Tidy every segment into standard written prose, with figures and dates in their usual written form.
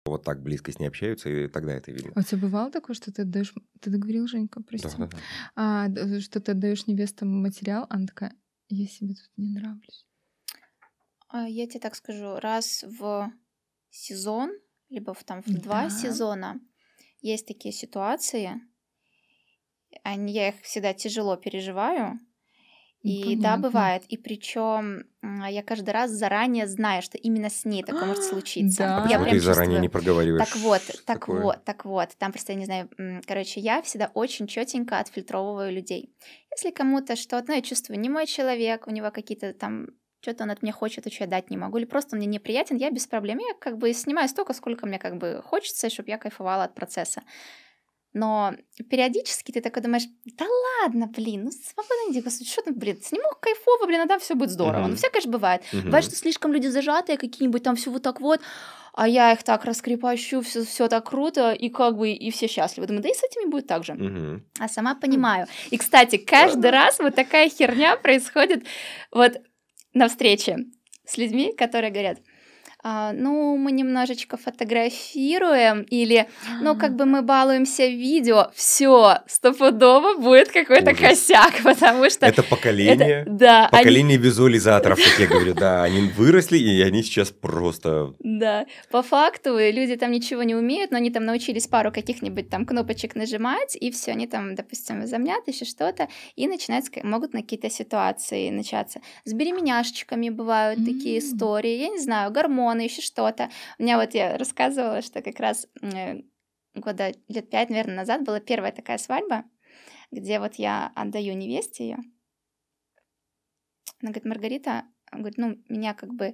вот так близко с ней общаются, и тогда это видно. А у тебя бывало такое, что ты отдаешь... Ты договорил, Женька, прости? Да. Что ты отдаешь невестам материал, она такая, я себе тут не нравлюсь. Я тебе так скажу, раз в сезон, либо в 2 сезона есть такие ситуации, я их всегда тяжело переживаю. И да, бывает. И причем я каждый раз заранее знаю, что именно с ней такое может случиться. Да. А почему ты заранее не проговариваешь? Так вот. Там просто, я не знаю, короче, я всегда очень четенько отфильтровываю людей. Если кому-то что-то, я чувствую, не мой человек, у него какие-то там, что-то он от меня хочет, что я дать не могу, или просто он мне неприятен, я без проблем. Я как бы снимаю столько, сколько мне как бы хочется, чтобы я кайфовала от процесса. Но периодически ты такой думаешь, да ладно, блин, ну свободно иди, господи, что там, блин, сниму кайфово, блин, а там все будет здорово. Ну, всякое же бывает. Бывает, что слишком люди зажатые какие-нибудь, там все вот так вот, а я их так раскрепощу, все так круто, и как бы, и все счастливы. Думаю, да и с этими будет так же. А сама понимаю. И, кстати, каждый раз вот такая херня происходит вот на встрече с людьми, которые говорят, ну, мы немножечко фотографируем, или, ну, как бы мы балуемся видео, все, стопудово будет какой-то косяк, потому что... Это поколение, поколение визуализаторов, как я говорю, да, они выросли, и они сейчас просто... Да, по факту люди там ничего не умеют, но они там научились пару каких-нибудь там кнопочек нажимать, и все, они там, допустим, возомнят еще что-то, и могут на какие-то ситуации начаться. С беременяшечками бывают такие истории, я не знаю, гормоны, еще что-то. У меня вот я рассказывала, что как раз года лет 5, наверное, назад была первая такая свадьба, где вот я отдаю невесте ее. Она говорит, Маргарита, говорит, ну, меня как бы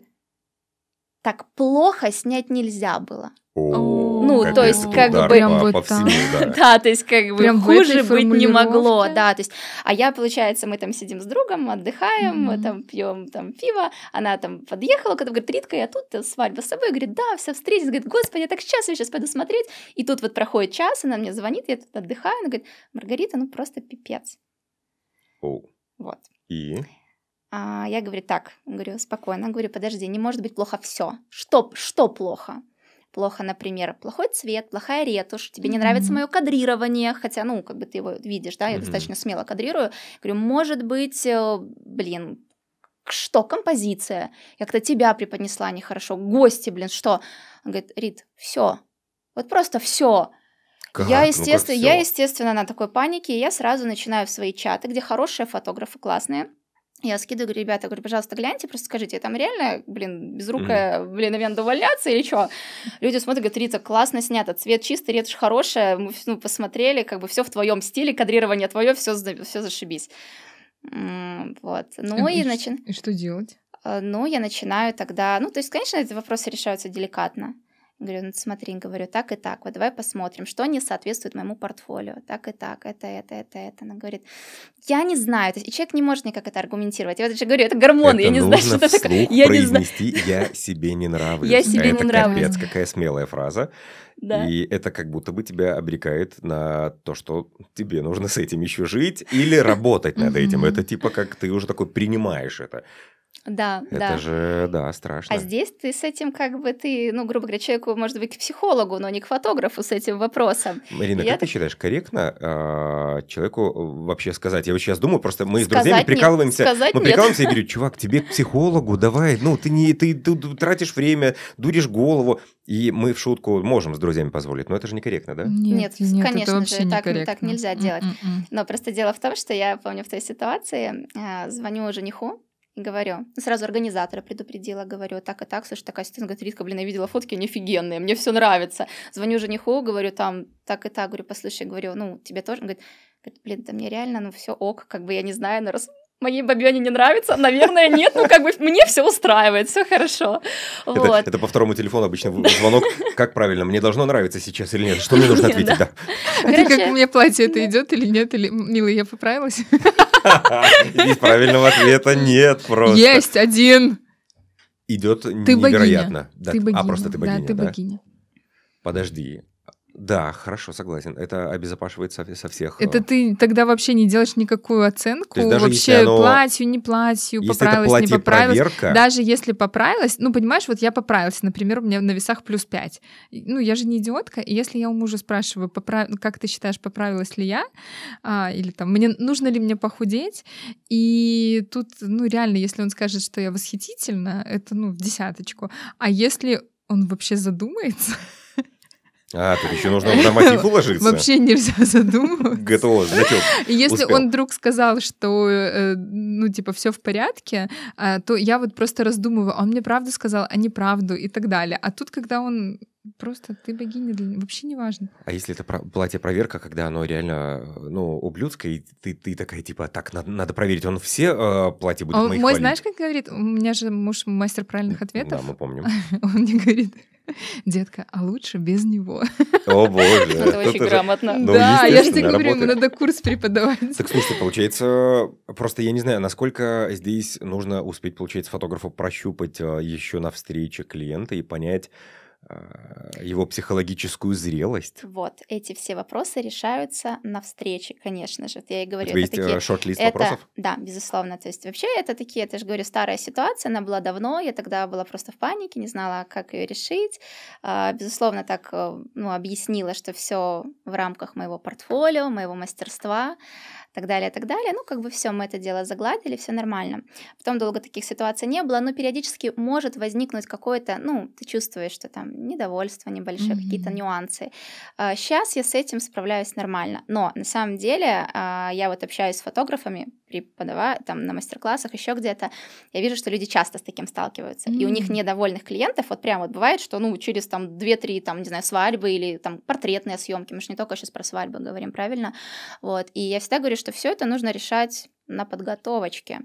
так плохо снять нельзя было. Ну, то есть, как бы... по всему, да. Да, то есть, как бы хуже быть не могло. Да, то есть, а я, получается, мы там сидим с другом, отдыхаем, мы там пьем там пиво, она там подъехала, когда говорит, Ритка, я тут, свадьба с собой, говорит, да, все встретились, говорит, господи, я так счастлива, сейчас пойду смотреть. И тут вот проходит час, она мне звонит, я тут отдыхаю, она говорит, Маргарита, ну, просто пипец. Вот. И? Я говорю, так, говорю, спокойно, говорю, подожди, не может быть плохо все. Что плохо? Плохо, например, плохой цвет, плохая ретушь, тебе не нравится мое кадрирование, хотя, ну, как бы ты его видишь, да, я достаточно смело кадрирую. Говорю, может быть, блин, что, композиция? Я как-то тебя преподнесла нехорошо, гости, блин, что? Он говорит, Рит, все, вот просто все. Я, естественно, на такой панике, я сразу начинаю в свои чаты, где хорошие фотографы, классные. Я скидываю, говорю, ребята, говорю, пожалуйста, гляньте, просто скажите, там реально, блин, безрукая, блин, навен увольняться или что? Люди смотрят, говорят, Рита, классно снято, цвет чистый, ретушь хорошая, мы посмотрели, как бы все в твоем стиле, кадрирование твое, все зашибись. Вот. Ну и И что делать? Ну, я начинаю тогда, ну, то есть, конечно, эти вопросы решаются деликатно. Говорю, ну смотри, говорю, так и так, вот давай посмотрим, что не соответствует моему портфолио, так и так, это. Она говорит, я не знаю, то есть, и человек не может никак это аргументировать. Я вот говорю, это гормоны, я не знаю, что это такое. Я произнести «я себе не нравлюсь». Я себе не нравлюсь. Это капец, какая смелая фраза. Да. И это как будто бы тебя обрекает на то, что тебе нужно с этим еще жить или работать над этим. Это типа как ты уже такой принимаешь это. Да, это же, да, страшно. А здесь ты с этим как бы ты, ну, грубо говоря, человеку, может быть, к психологу, но не к фотографу с этим вопросом. Марина, как ты считаешь, корректно человеку вообще сказать? Я вот сейчас думаю, просто мы с друзьями прикалываемся. Мы прикалываемся и говорю, чувак, тебе к психологу, давай, ну, ты тратишь время, дуришь голову. И мы в шутку можем с друзьями позволить, но это же некорректно, да? Нет, конечно же, так нельзя делать. Но просто дело в том, что я помню в той ситуации, звоню жениху, и говорю, сразу организатора предупредила, говорю, так и так, слушай, такая ситуация, говорит, Ритка, блин, я видела фотки, они офигенные, мне все нравится. Звоню жениху, говорю, там, так и так, говорю, послушай, говорю, ну, тебе тоже? Он говорит, блин, да мне реально, ну, все ок, как бы, я не знаю, но раз моей бабёне не нравится, наверное, нет, ну, как бы, мне все устраивает, все хорошо. Это по второму телефону обычно звонок, как правильно, мне должно нравиться сейчас или нет, что мне нужно ответить, да. А ты как, у меня платье это идет или нет, или, милый, я поправилась? Здесь правильного ответа нет просто. Есть один. Идет невероятно. Ты богиня. Просто ты богиня, да? Ты богиня. Подожди. Да, хорошо, согласен. Это обезопашивает со всех. Это ты тогда вообще не делаешь никакую оценку даже вообще платью, не платью, если поправилась, это не поправилась. проверка... Даже если поправилась, ну, понимаешь, вот я поправилась, например, у меня на весах +5. Ну, я же не идиотка, и если я у мужа спрашиваю, как ты считаешь, поправилась ли я, или там, нужно ли мне похудеть, и тут, ну, реально, если он скажет, что я восхитительна, это, ну, в десяточку. А если он вообще задумается... тут еще нужно в норматив уложиться. Вообще нельзя задумываться. Готово, значок. Если он вдруг сказал, что, ну, типа, все в порядке, то я вот просто раздумываю, он мне правду сказал, а не правду и так далее. А тут, когда он просто ты богиня, вообще не важно. А если это платье-проверка, когда оно реально, ну, ублюдское, и ты такая, типа, так, надо проверить, он все платья будет моих мой, хвалить? знаешь, как говорит, у меня же муж мастер правильных ответов. Да, мы помним. Он мне говорит... Детка, а лучше без него. О, боже. Это очень грамотно. Да, я же тебе говорю, ему надо курс преподавать. Так, слушай, получается, просто я не знаю, насколько здесь нужно успеть, получается, фотографу прощупать еще на встрече клиента и понять его психологическую зрелость. Вот, эти все вопросы решаются на встрече, конечно же. Я и говорю, у тебя есть шорт-лист вопросов? Да, безусловно. То есть вообще это такие, я же говорю, старая ситуация, она была давно, я тогда была просто в панике, не знала, как ее решить. Безусловно, так, ну, объяснила, что все в рамках моего портфолио, моего мастерства. Так далее, так далее. Ну, как бы все, мы это дело загладили, все нормально. Потом долго таких ситуаций не было, но периодически может возникнуть какое-то, ну, ты чувствуешь, что там недовольство небольшое, какие-то нюансы. Сейчас я с этим справляюсь нормально, но на самом деле я вот общаюсь с фотографами, преподаваю там на мастер-классах, еще где-то, я вижу, что люди часто с таким сталкиваются, и у них недовольных клиентов, вот прям вот бывает, что, ну, через там 2-3, там, не знаю, свадьбы или там портретные съемки, мы же не только сейчас про свадьбы говорим, правильно? Вот, и я всегда говорю, что все это нужно решать на подготовочке.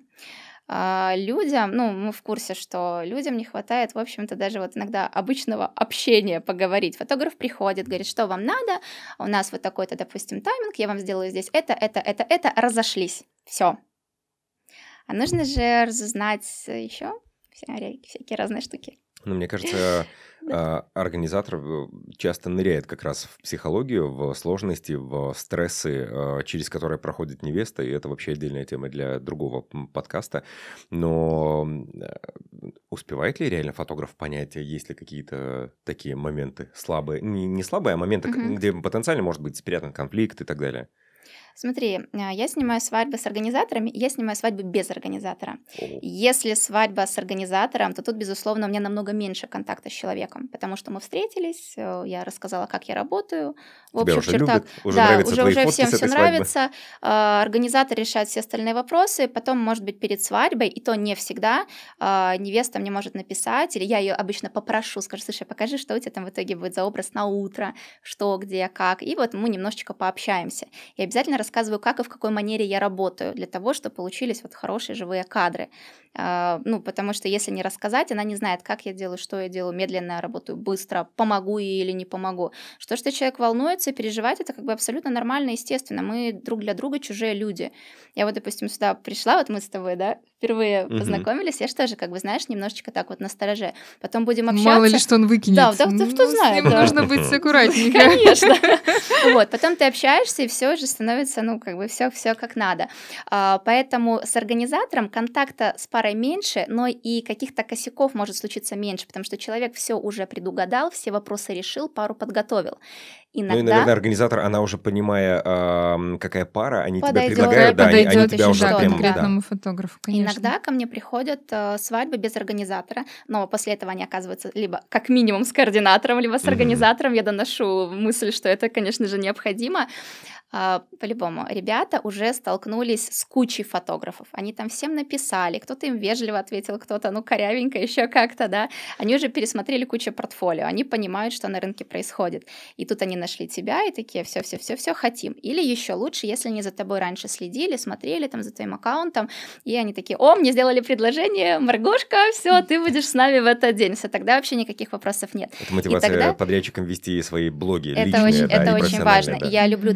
Людям, ну, мы в курсе, что людям не хватает, в общем-то, даже вот иногда обычного общения поговорить. Фотограф приходит, говорит, что вам надо, у нас вот такой-то, допустим, тайминг, я вам сделаю здесь это, разошлись, все. А нужно же разузнать еще всякие разные штуки. Ну, мне кажется, организатор часто ныряет как раз в психологию, в сложности, в стрессы, через которые проходит невеста, и это вообще отдельная тема для другого подкаста. Но успевает ли реально фотограф понять, есть ли какие-то такие моменты слабые, не слабые, а моменты, где потенциально может быть спрятан конфликт и так далее? Смотри, я снимаю свадьбы с организаторами, я снимаю свадьбы без организатора. Если свадьба с организатором, то тут, безусловно, у меня намного меньше контакта с человеком, потому что мы встретились, я рассказала, как я работаю. В общих чертах, да, уже всем все нравится. Организатор решает все остальные вопросы, потом, может быть, перед свадьбой, и то не всегда, невеста мне может написать, или я ее обычно попрошу, скажу, слушай, покажи, что у тебя там в итоге будет за образ на утро, что, где, как, и вот мы немножечко пообщаемся. И обязательно рассказываю, как и в какой манере я работаю, для того, чтобы получились вот хорошие живые кадры. Ну, потому что если не рассказать, она не знает, как я делаю, что я делаю, медленно работаю, быстро, помогу ей или не помогу. Что человек волнуется и переживает, это как бы абсолютно нормально и естественно. Мы друг для друга чужие люди. Я вот, допустим, сюда пришла, вот мы с тобой, да, впервые познакомились, я же тоже, как бы, знаешь, немножечко так вот настороже. Потом будем общаться. Мало ли, что он выкинет. Да, кто знает. Нужно быть аккуратненько. Конечно. Вот, потом ты общаешься, и все уже становится, ну, как бы, все как надо. Поэтому с организатором контакта с парой меньше, но и каких-то косяков может случиться меньше, потому что человек все уже предугадал, все вопросы решил, пару подготовил. Иногда... Ну и, наверное, организатор, она уже понимая, какая пара, они тебя предлагают, да, они тебя уже прям... конкретному фотографу, конечно. Иногда ко мне приходят свадьбы без организатора, но после этого они оказываются либо как минимум с координатором, либо с организатором. Я доношу мысль, что это, конечно же, необходимо. По-любому, ребята уже столкнулись с кучей фотографов. Они там всем написали, кто-то им вежливо ответил, кто-то, ну, корявенько, еще как-то, да. Они уже пересмотрели кучу портфолио, они понимают, что на рынке происходит. И тут они нашли тебя и такие, все хотим. Или еще лучше, если они за тобой раньше следили, смотрели там за твоим аккаунтом, и они такие, о, мне сделали предложение, Маргошка, все, ты будешь с нами в этот день. Все, тогда вообще никаких вопросов нет. Это мотивация подрядчикам вести свои блоги это личные. Это очень важно. Да. Я люблю таких клиентов,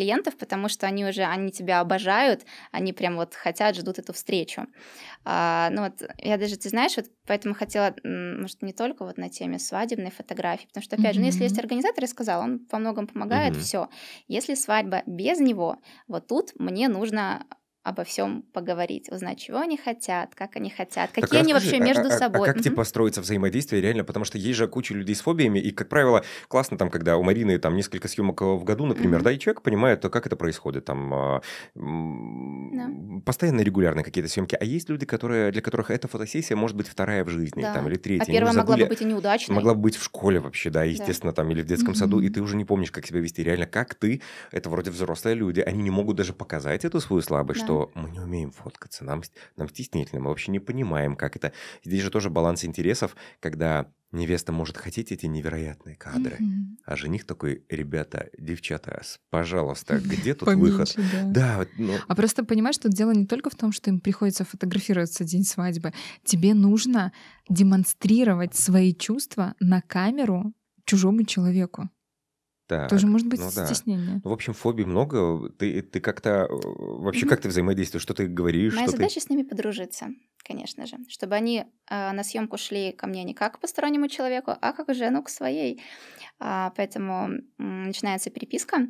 клиентов, потому что они тебя обожают, они прям вот хотят, ждут эту встречу. Ну вот я даже, ты знаешь, вот поэтому хотела, может, не только вот на теме свадебной фотографии, потому что, опять же, если есть организатор, я сказала, он во многом помогает, все. Если свадьба без него, вот тут мне нужно обо всем поговорить, узнать, чего они хотят, как они хотят, какие они вообще между собой. А как типа строится взаимодействие реально? Потому что есть же куча людей с фобиями, и, как правило, классно там, когда у Марины там несколько съемок в году, например, да, и человек понимает, как это происходит, там постоянно регулярные какие-то съемки. А есть люди, для которых эта фотосессия может быть вторая в жизни, там, или третья. А первая могла бы быть и неудачной. Могла бы быть в школе вообще, да, естественно, там, или в детском саду, и ты уже не помнишь, как себя вести. Реально, как ты, это вроде взрослые люди, они не могут даже показать эту свою слабость, что мы не умеем фоткаться, нам стеснительно, мы вообще не понимаем, как это. Здесь же тоже баланс интересов, когда невеста может хотеть эти невероятные кадры, а жених такой: ребята, девчата, пожалуйста, где тут выход? Да, А просто понимаешь, что дело не только в том, что им приходится фотографироваться день свадьбы. Тебе нужно демонстрировать свои чувства на камеру чужому человеку. Так, тоже может быть стеснение. В общем, фобий много. Ты как-то вообще как ты взаимодействуешь? Что ты говоришь? Моя задача с ними подружиться, конечно же, чтобы они на съемку шли ко мне не как к постороннему человеку, а как жену к своей. Поэтому начинается переписка.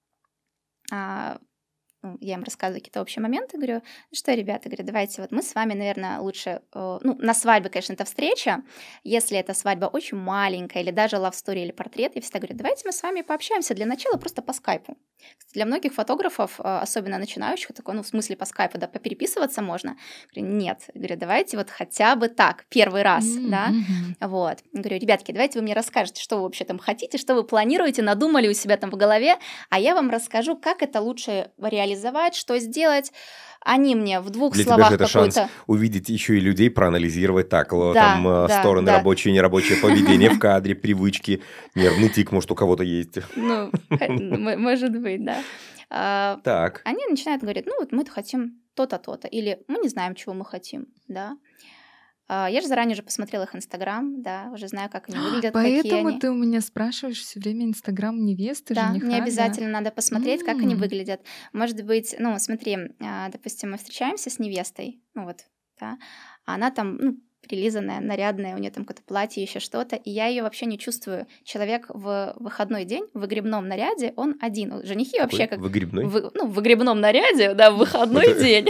Я им рассказываю какие-то общие моменты, говорю, что, ребята, говорю, давайте вот мы с вами, наверное, лучше, на свадьбе, конечно, это встреча, если эта свадьба очень маленькая, или даже love story, или портрет, я всегда говорю, давайте мы с вами пообщаемся для начала просто по скайпу. Кстати, для многих фотографов, особенно начинающих, такой, в смысле по скайпу, да, попереписываться можно. Говорю, нет, говорю, давайте вот хотя бы так, первый раз, да, вот. Говорю, ребятки, давайте вы мне расскажете, что вы вообще там хотите, что вы планируете, надумали у себя там в голове, а я вам расскажу, как это лучше реализовать, что сделать. Они мне в двух словах какой-то... Для тебя же это шанс увидеть еще и людей, проанализировать стороны рабочие, нерабочие, поведение в кадре, привычки, нервный тик, может, у кого-то есть. Ну, может быть, да. Так. Они начинают говорить, ну вот мы хотим то-то, то-то, или мы не знаем, чего мы хотим, да. Я же заранее уже посмотрела их Инстаграм, да, уже знаю, как они выглядят, Поэтому какие они. Ты у меня спрашиваешь все время Инстаграм невесты, да, жениха? Мне обязательно надо посмотреть, как они выглядят. Может быть, смотри, допустим, мы встречаемся с невестой, да, а она там, прилизанная, нарядная, у нее там какое-то платье, еще что-то, и я ее вообще не чувствую. Человек в выходной день в выгребном наряде, он один. Женихи вообще как... Выгребной? В выгребном наряде, да, в выходной день.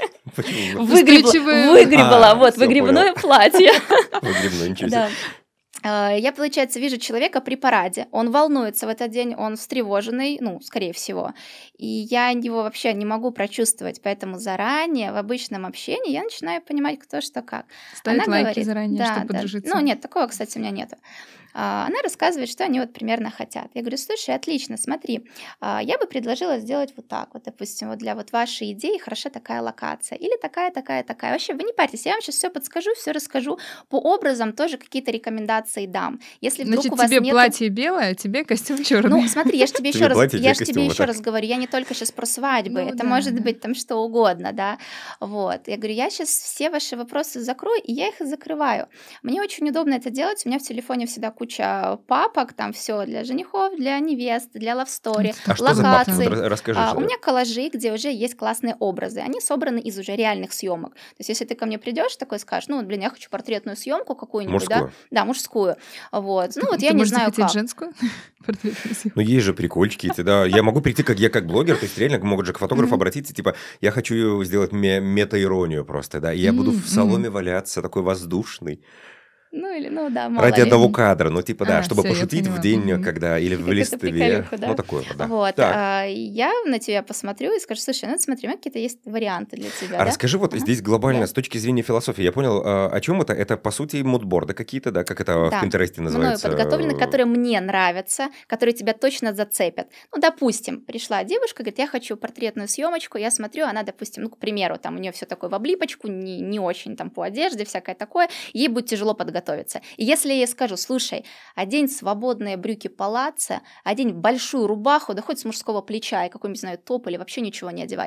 Выгребла, выгребное платье. Выгребное, ничего себе. Я, получается, вижу человека при параде, он волнуется в этот день, он встревоженный, скорее всего, и я его вообще не могу прочувствовать, поэтому заранее в обычном общении я начинаю понимать, кто что как. Ставить лайки заранее, чтобы подружиться. Нет, такого, кстати, у меня нету. Она рассказывает, что они вот примерно хотят. Я говорю, слушай, отлично, смотри, я бы предложила сделать вот так вот, допустим, вот для вот вашей идеи хороша такая локация, или такая. Вообще, вы не парьтесь, я вам сейчас все подскажу, все расскажу, по образам тоже какие-то рекомендации дам. Если вдруг Значит, у вас тебе платье белое, а тебе костюм черный. Смотри, я же тебе еще раз говорю, я не только сейчас про свадьбы, это может быть там что угодно, да, вот. Я говорю, я сейчас все ваши вопросы закрою, и я их закрываю. Мне очень удобно это делать, у меня в телефоне всегда куча папок, там все для женихов, для невест, для лавстори, локаций. Расскажи. У меня коллажи, где уже есть классные образы. Они собраны из уже реальных съемок. То есть, если ты ко мне придешь, такой скажешь, я хочу портретную съемку какую-нибудь, мужскую. Да, мужскую. Вот. Я не знаю, как. Женскую? Есть же прикольчики эти, да. Я могу прийти как блогер, то есть реально могут же к фотографу обратиться, типа, я хочу сделать мета-иронию просто, да, и я буду в соломе валяться, такой воздушный. Мало ради ли. одного кадра, чтобы всё, пошутить в день, когда, или в листве. Да? Такое вот, да. Вот, Так. я на тебя посмотрю и скажу, слушай, смотри, у меня какие-то есть варианты для тебя. Расскажи здесь глобально, с точки зрения философии, я понял, о чем это? Это, по сути, мудборды какие-то, да, как это в Пинтересте называется? Мною подготовлены, которые мне нравятся, которые тебя точно зацепят. Допустим, пришла девушка, говорит, я хочу портретную съемочку, я смотрю, она, допустим, к примеру, там у нее все такое в облипочку, не очень там по одежде, всякое такое, ей будет тяжело подготовиться. И если я ей скажу, слушай, одень свободные брюки палаццо, одень большую рубаху, да хоть с мужского плеча, и какой-нибудь, не знаю, топ, или вообще ничего не одевай,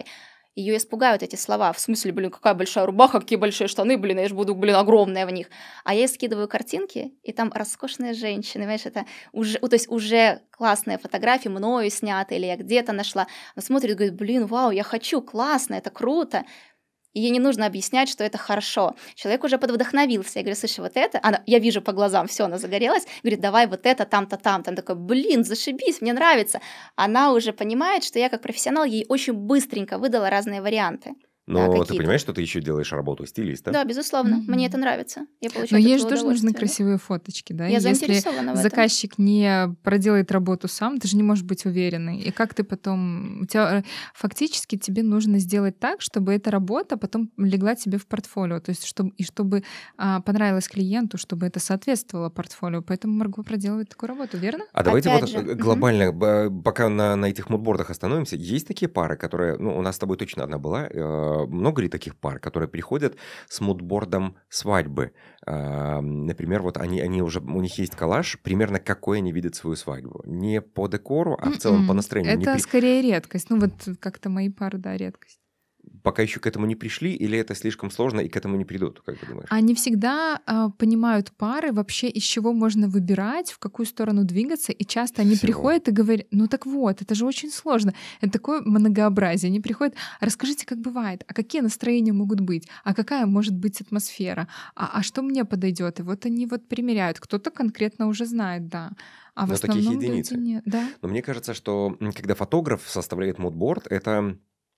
Ее испугают эти слова. В смысле, блин, какая большая рубаха, какие большие штаны, блин, я же буду, блин, огромная в них. А я ей скидываю картинки, и там роскошные женщины, понимаешь, это уже, то есть уже классные фотографии, мною сняты, или я где-то нашла. Она смотрит и говорит, блин, вау, я хочу, классно, это круто. И ей не нужно объяснять, что это хорошо. Человек уже подвдохновился. Я говорю, слушай, вот это... Я вижу по глазам, все, она загорелась. Говорит, давай вот это там-то, там-то. Она такой, блин, зашибись, мне нравится. Она уже понимает, что я как профессионал ей очень быстренько выдала разные варианты. Но да, ты понимаешь, что ты еще делаешь работу стилиста? Да, безусловно. Мне это нравится. Я получаю Но ей же тоже нужны красивые фоточки, да? Я заинтересована в этом. Заказчик не проделает работу сам, ты же не можешь быть уверенной. И как ты потом... Фактически тебе нужно сделать так, чтобы эта работа потом легла тебе в портфолио. То есть чтобы понравилось клиенту, чтобы это соответствовало портфолио. Поэтому Марго проделывает такую работу, верно? А давайте глобально, пока на этих мудбордах остановимся, есть такие пары, которые... у нас с тобой точно одна была... Много ли таких пар, которые приходят с мудбордом свадьбы? Например, вот они уже, у них есть коллаж, примерно какой они видят свою свадьбу. Не по декору, а в целом по настроению. Это скорее редкость. Вот как-то мои пары, да, редкость. Пока еще к этому не пришли, или это слишком сложно и к этому не придут, как ты думаешь? Они всегда понимают пары вообще, из чего можно выбирать, в какую сторону двигаться, и часто они приходят и говорят, так вот, это же очень сложно, это такое многообразие. Они приходят, расскажите, как бывает, а какие настроения могут быть, а какая может быть атмосфера, а что мне подойдет. И вот они примеряют. Кто-то конкретно уже знает, да. А в основном таких единицы. Нет. Да? Но мне кажется, что когда фотограф составляет мудборд, это...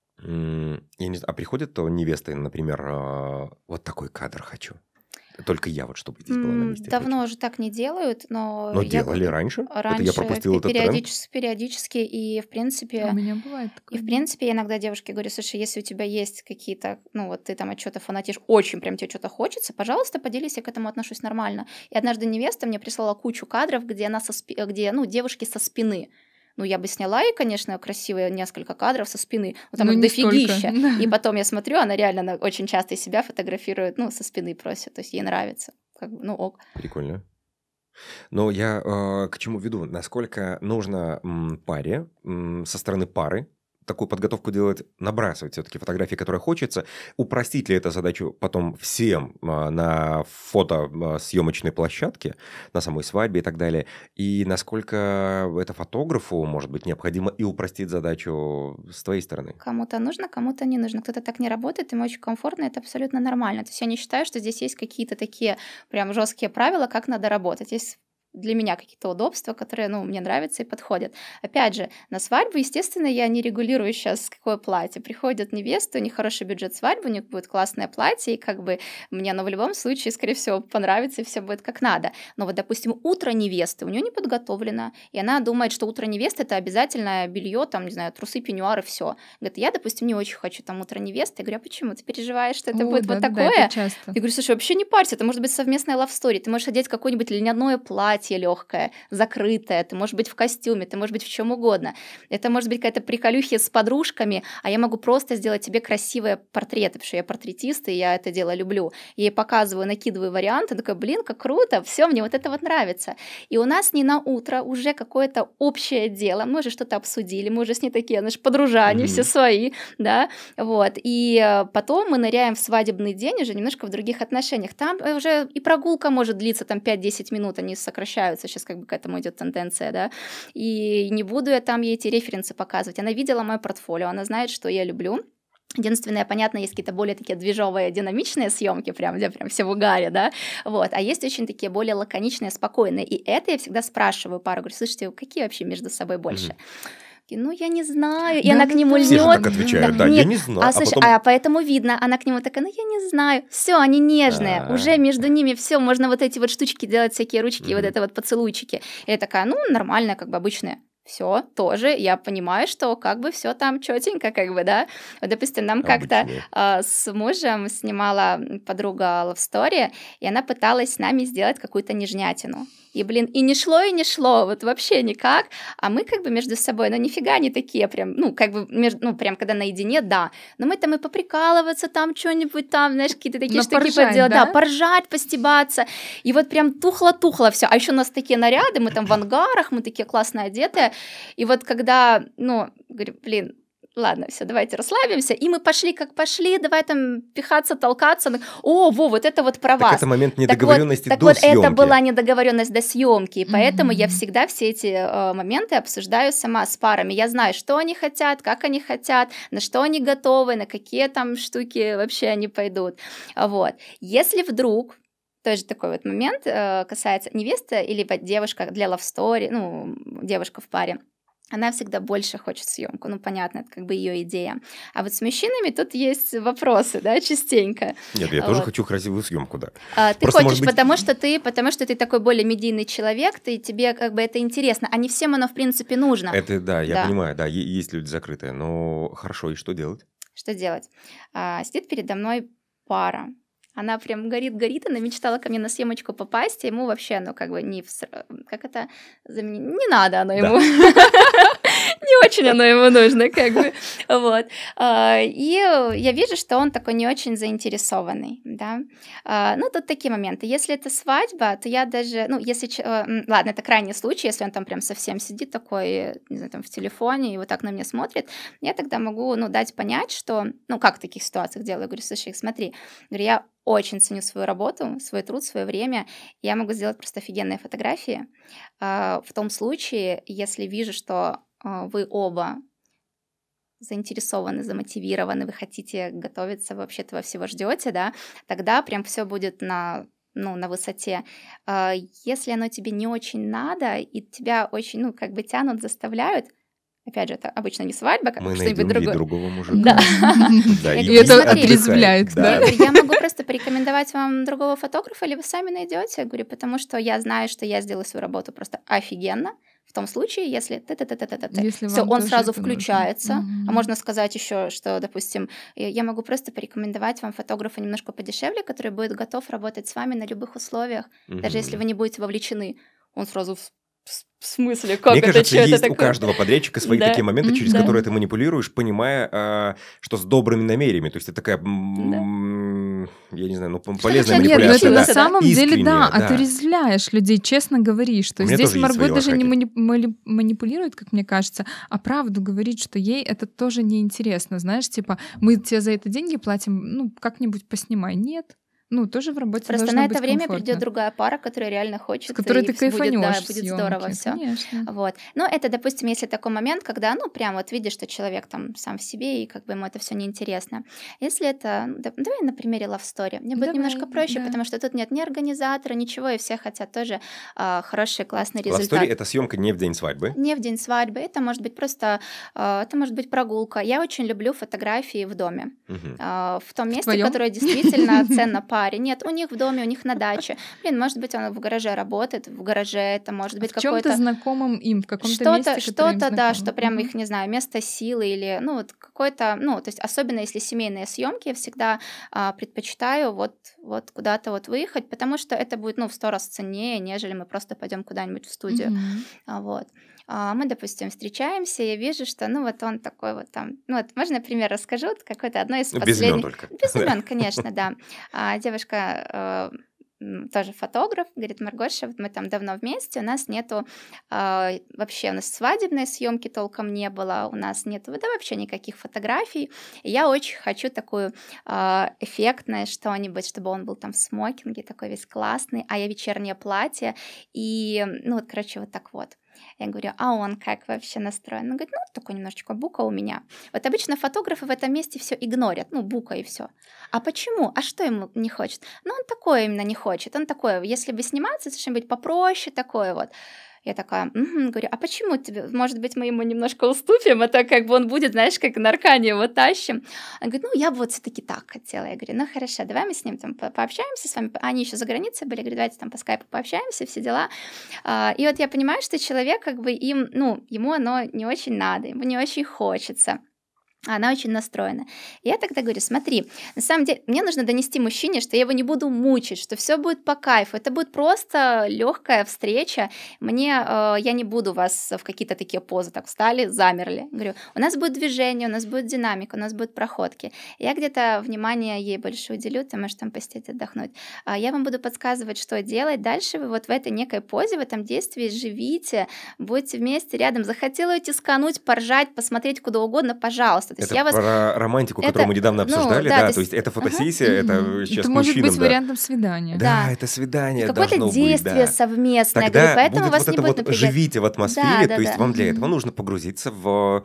Я не знаю, а приходят то невесты, например, вот такой кадр хочу. Только я вот, чтобы здесь была на месте. Давно уже так не делают, но... Но делали раньше? Это я пропустил этот тренд? Периодически, и в принципе... У меня бывает такое. И в принципе я иногда девушке говорю, слушай, если у тебя есть какие-то, вот ты там от чего-то фанатишь, очень прям тебе что-то хочется, пожалуйста, поделись, я к этому отношусь нормально. И однажды невеста мне прислала кучу кадров, где девушки со спины. Я бы сняла ей, конечно, красивые несколько кадров со спины, там их дофигища. И потом я смотрю, она реально очень часто себя фотографирует, со спины просит, то есть ей нравится. Ок. Прикольно. Но я к чему веду? Насколько нужно паре, со стороны пары, такую подготовку делать, набрасывать все-таки фотографии, которые хочется, упростить ли это задачу потом всем на фотосъемочной площадке, на самой свадьбе и так далее, и насколько это фотографу, может быть, необходимо и упростить задачу с твоей стороны? Кому-то нужно, кому-то не нужно. Кто-то так не работает, им очень комфортно, это абсолютно нормально. То есть я не считаю, что здесь есть какие-то такие прям жесткие правила, как надо работать. Есть для меня какие-то удобства, которые, мне нравятся и подходят. Опять же, на свадьбу, естественно, я не регулирую сейчас, какое платье. Приходят невесты, у них хороший бюджет свадьбы, у них будет классное платье, и мне оно в любом случае, скорее всего, понравится, и все будет как надо. Но вот, допустим, утро невесты, у нее не подготовлено, и она думает, что утро невесты — это обязательно белье, там, не знаю, трусы, пеньюары, все. Говорит, я, допустим, не очень хочу там утро невесты. Я говорю, а почему? Ты переживаешь, что это будет вот такое? Да, это часто. Я говорю, слушай, вообще не парься, это может быть совместная лавстори, ты можешь одеть какое-нибудь льняное платье легкое, закрытое, ты можешь быть в костюме, ты можешь быть в чем угодно. Это может быть какая-то приколюхи с подружками, а я могу просто сделать тебе красивые портреты, потому что я портретист, и я это дело люблю. Я ей показываю, накидываю варианты, такая, блин, как круто, все, мне вот это вот нравится. И у нас не на утро уже какое-то общее дело, мы уже что-то обсудили, мы уже с ней такие, подружане, все свои, да, вот. И потом мы ныряем в свадебный день уже немножко в других отношениях. Там уже и прогулка может длиться там 5-10 минут, они сокращаются, сейчас к этому идет тенденция, да, и не буду я там ей эти референсы показывать. Она видела мое портфолио, она знает, что я люблю. Единственное, понятно, есть какие-то более такие движовые, динамичные съемки, где прям все в угаре, да, вот, а есть очень такие более лаконичные, спокойные, и это я всегда спрашиваю пару, говорю, слушайте, какие вообще между собой больше? Я не знаю. И она к нему льнет. Все так отвечают, да, я не знаю. А поэтому видно, она к нему такая, я не знаю. Все, они нежные. Уже между ними все, можно вот эти вот штучки делать, всякие ручки, вот это вот поцелуйчики. И я такая, нормальная, обычная. Все, тоже, я понимаю, что все там чётенько, да. Вот, допустим, нам как-то с мужем снимала подруга Love Story, и она пыталась с нами сделать какую-то нежнятину. И, и не шло, вот вообще никак. А мы между собой, нифига не такие прям, прям когда наедине, да. Но мы там и поприкалываться, там что-нибудь там, знаешь, какие-то такие штуки поделать. Да, поржать, постебаться. И вот прям тухло-тухло все. А еще у нас такие наряды, мы там в ангарах, мы такие классно одетые. И вот когда, говорю, ладно, все, давайте расслабимся. И мы пошли, как пошли, давай там пихаться, толкаться. О, вот это вот про вас. Так это момент недоговоренности до съемки. Так вот, это была недоговоренность до съемки, и поэтому я всегда все эти моменты обсуждаю сама с парами. Я знаю, что они хотят, как они хотят, на что они готовы, на какие там штуки вообще они пойдут. Вот. Если вдруг тоже такой вот момент касается невесты или девушка для love story, ну, девушка в паре, она всегда больше хочет съемку, ну, понятно, это как бы ее идея. А вот с мужчинами тут есть вопросы, да, частенько. Нет, я тоже хочу красивую съемку, да. Ты просто, хочешь, потому что ты такой более медийный человек, тебе как бы это интересно, а не всем оно, в принципе, нужно. Это, да, я понимаю, да, есть люди закрытые, но хорошо, и что делать? Что делать? Сидит передо мной пара. Она прям горит, она мечтала ко мне на съемочку попасть, а ему вообще, ну, как бы не надо оно ему. Не очень оно ему нужно, как бы, вот. И я вижу, что он такой не очень заинтересованный, да. Ну, тут такие моменты. Если это свадьба, то я даже, ну, ладно, это крайний случай, если он там прям совсем сидит такой, не знаю, там в телефоне и вот так на меня смотрит, я тогда могу, ну, дать понять, что, ну, как в таких ситуациях делаю, я говорю, слушай, смотри, говорю, я очень ценю свою работу, свой труд, свое время. Я могу сделать просто офигенные фотографии. В том случае, если вижу, что вы оба заинтересованы, замотивированы, вы хотите готовиться, вообще этого всего ждете, да, тогда прям все будет на высоте. Если оно тебе не очень надо, и тебя очень, ну, как бы тянут, заставляют, опять же, это обычно не свадьба, как что-нибудь другое. Другого мужика. Да. И это отрезвляет, да? Я могу просто порекомендовать вам другого фотографа, или вы сами найдете, я говорю, потому что я знаю, что я сделаю свою работу просто офигенно. В том случае, если все, он сразу включается. А можно сказать еще, что, допустим, я могу просто порекомендовать вам фотографа немножко подешевле, который будет готов работать с вами на любых условиях, даже если вы не будете вовлечены. Он сразу в смысле, как Мне это, кажется, что это есть такое? у каждого подрядчика свои такие моменты, через которые ты манипулируешь, понимая, что с добрыми намерениями. То есть это такая, я не знаю, ну, полезная манипуляция. Нет, это на самом деле, да, отрезвляешь людей, честно говоришь, что здесь Марго даже не манипулирует, как мне кажется, а правду говорит, что ей это тоже неинтересно. Знаешь, типа, мы тебе за это деньги платим, ну, как-нибудь поснимай. Нет. Ну, тоже в работе просто должно на это быть время комфортно. Придет другая пара, которая реально хочет, с которой ты кайфанешь, будет здорово все. Вот. Но это, допустим, если такой момент, когда, ну, прям вот видишь, что человек там сам в себе, и как бы ему это все неинтересно. Если это, давай на примере love story. Мне будет немножко проще, потому что тут нет ни организатора, ничего, и все хотят тоже хороший, классный результат. Love story — это съемка не в день свадьбы? Не в день свадьбы, это может быть просто, это может быть прогулка. Я очень люблю фотографии в доме. В том месте, которое действительно ценно паре. Нет, у них в доме, у них на даче. Может быть, он в гараже работает, в гараже это может быть какой-то... В чем-то знакомым им, в каком-то месте, что-то, да, что прям их, не знаю, место силы или, ну, вот какой-то, ну, то есть особенно если семейные съемки, я всегда предпочитаю вот куда-то вот выехать, потому что это будет, ну, в 100 раз ценнее, нежели мы просто пойдем куда-нибудь в студию. Вот. Мы, допустим, встречаемся, я вижу, что, ну, вот он такой вот там... Ну, вот, можно, например, расскажу? Какой-то одно из последних... Без имен только. Без имен, конечно, да. Девушка... тоже фотограф, говорит, Маргоша, вот мы там давно вместе, у нас нету вообще, у нас свадебной съемки толком не было, у нас нету, да, вообще никаких фотографий, и я очень хочу такую эффектное что-нибудь, чтобы он был там в смокинге, такой весь классный, а я вечернее платье, и, ну, вот, короче, вот так вот. Я говорю, а он как вообще настроен? Он говорит, ну, такой немножечко бука у меня. Вот обычно фотографы в этом месте все игнорят, ну, бука и все. А почему? А что ему не хочет? Ну, он такое именно не хочет. Он такое, если бы сниматься, что-нибудь попроще такое вот. Я такая, говорю, а почему тебе, может быть, мы ему немножко уступим, а так как бы он будет, знаешь, как на аркане его тащим. Он говорит, ну, я бы вот все-таки так хотела. Я говорю, ну, хорошо, давай мы с ним там пообщаемся с вами. Они еще за границей были, говорю, давайте там по скайпу пообщаемся, все дела. И вот я понимаю, что человек как бы ему оно не очень надо, ему не очень хочется. Она очень настроена. Я тогда говорю, смотри, на самом деле мне нужно донести мужчине, что я его не буду мучить, что все будет по кайфу, это будет просто легкая встреча. Я не буду вас в какие-то такие позы, так встали, замерли. Говорю, у нас будет движение, у нас будет динамика, у нас будут проходки. Я где-то внимание ей больше уделю, ты можешь там посидеть, отдохнуть. Я вам буду подсказывать, что делать. Дальше вы вот в этой некой позе, в этом действии живите, будете вместе рядом. Захотела тискануть, поржать, посмотреть куда угодно, пожалуйста. То есть это про романтику, которую мы недавно обсуждали, да, то есть это фотосессия, это сейчас это может быть вариантом свидания. Да, это свидание должно быть. Какое-то действие совместное, тогда поэтому вас не будет напрягать. Живите в атмосфере, то есть вам для этого нужно погрузиться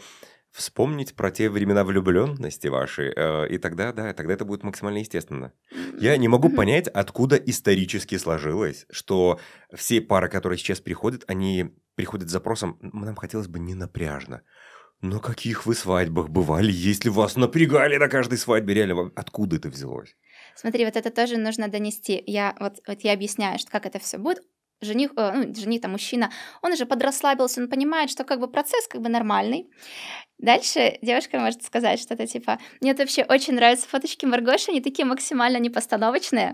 вспомнить про те времена влюбленности ваши, и тогда это будет максимально естественно. Я не могу понять, откуда исторически сложилось, что все пары, которые сейчас приходят, они приходят с запросом, нам хотелось бы не напряжно. На каких вы свадьбах бывали, если вас напрягали на каждой свадьбе? Реально, откуда это взялось? Смотри, вот это тоже нужно донести. Я объясняю, что как это все будет. Жених, там мужчина, он уже подрасслабился, он понимает, что как бы процесс как бы нормальный. Дальше девушка может сказать что-то типа, мне вообще очень нравятся фоточки Маргоши, они такие максимально непостановочные.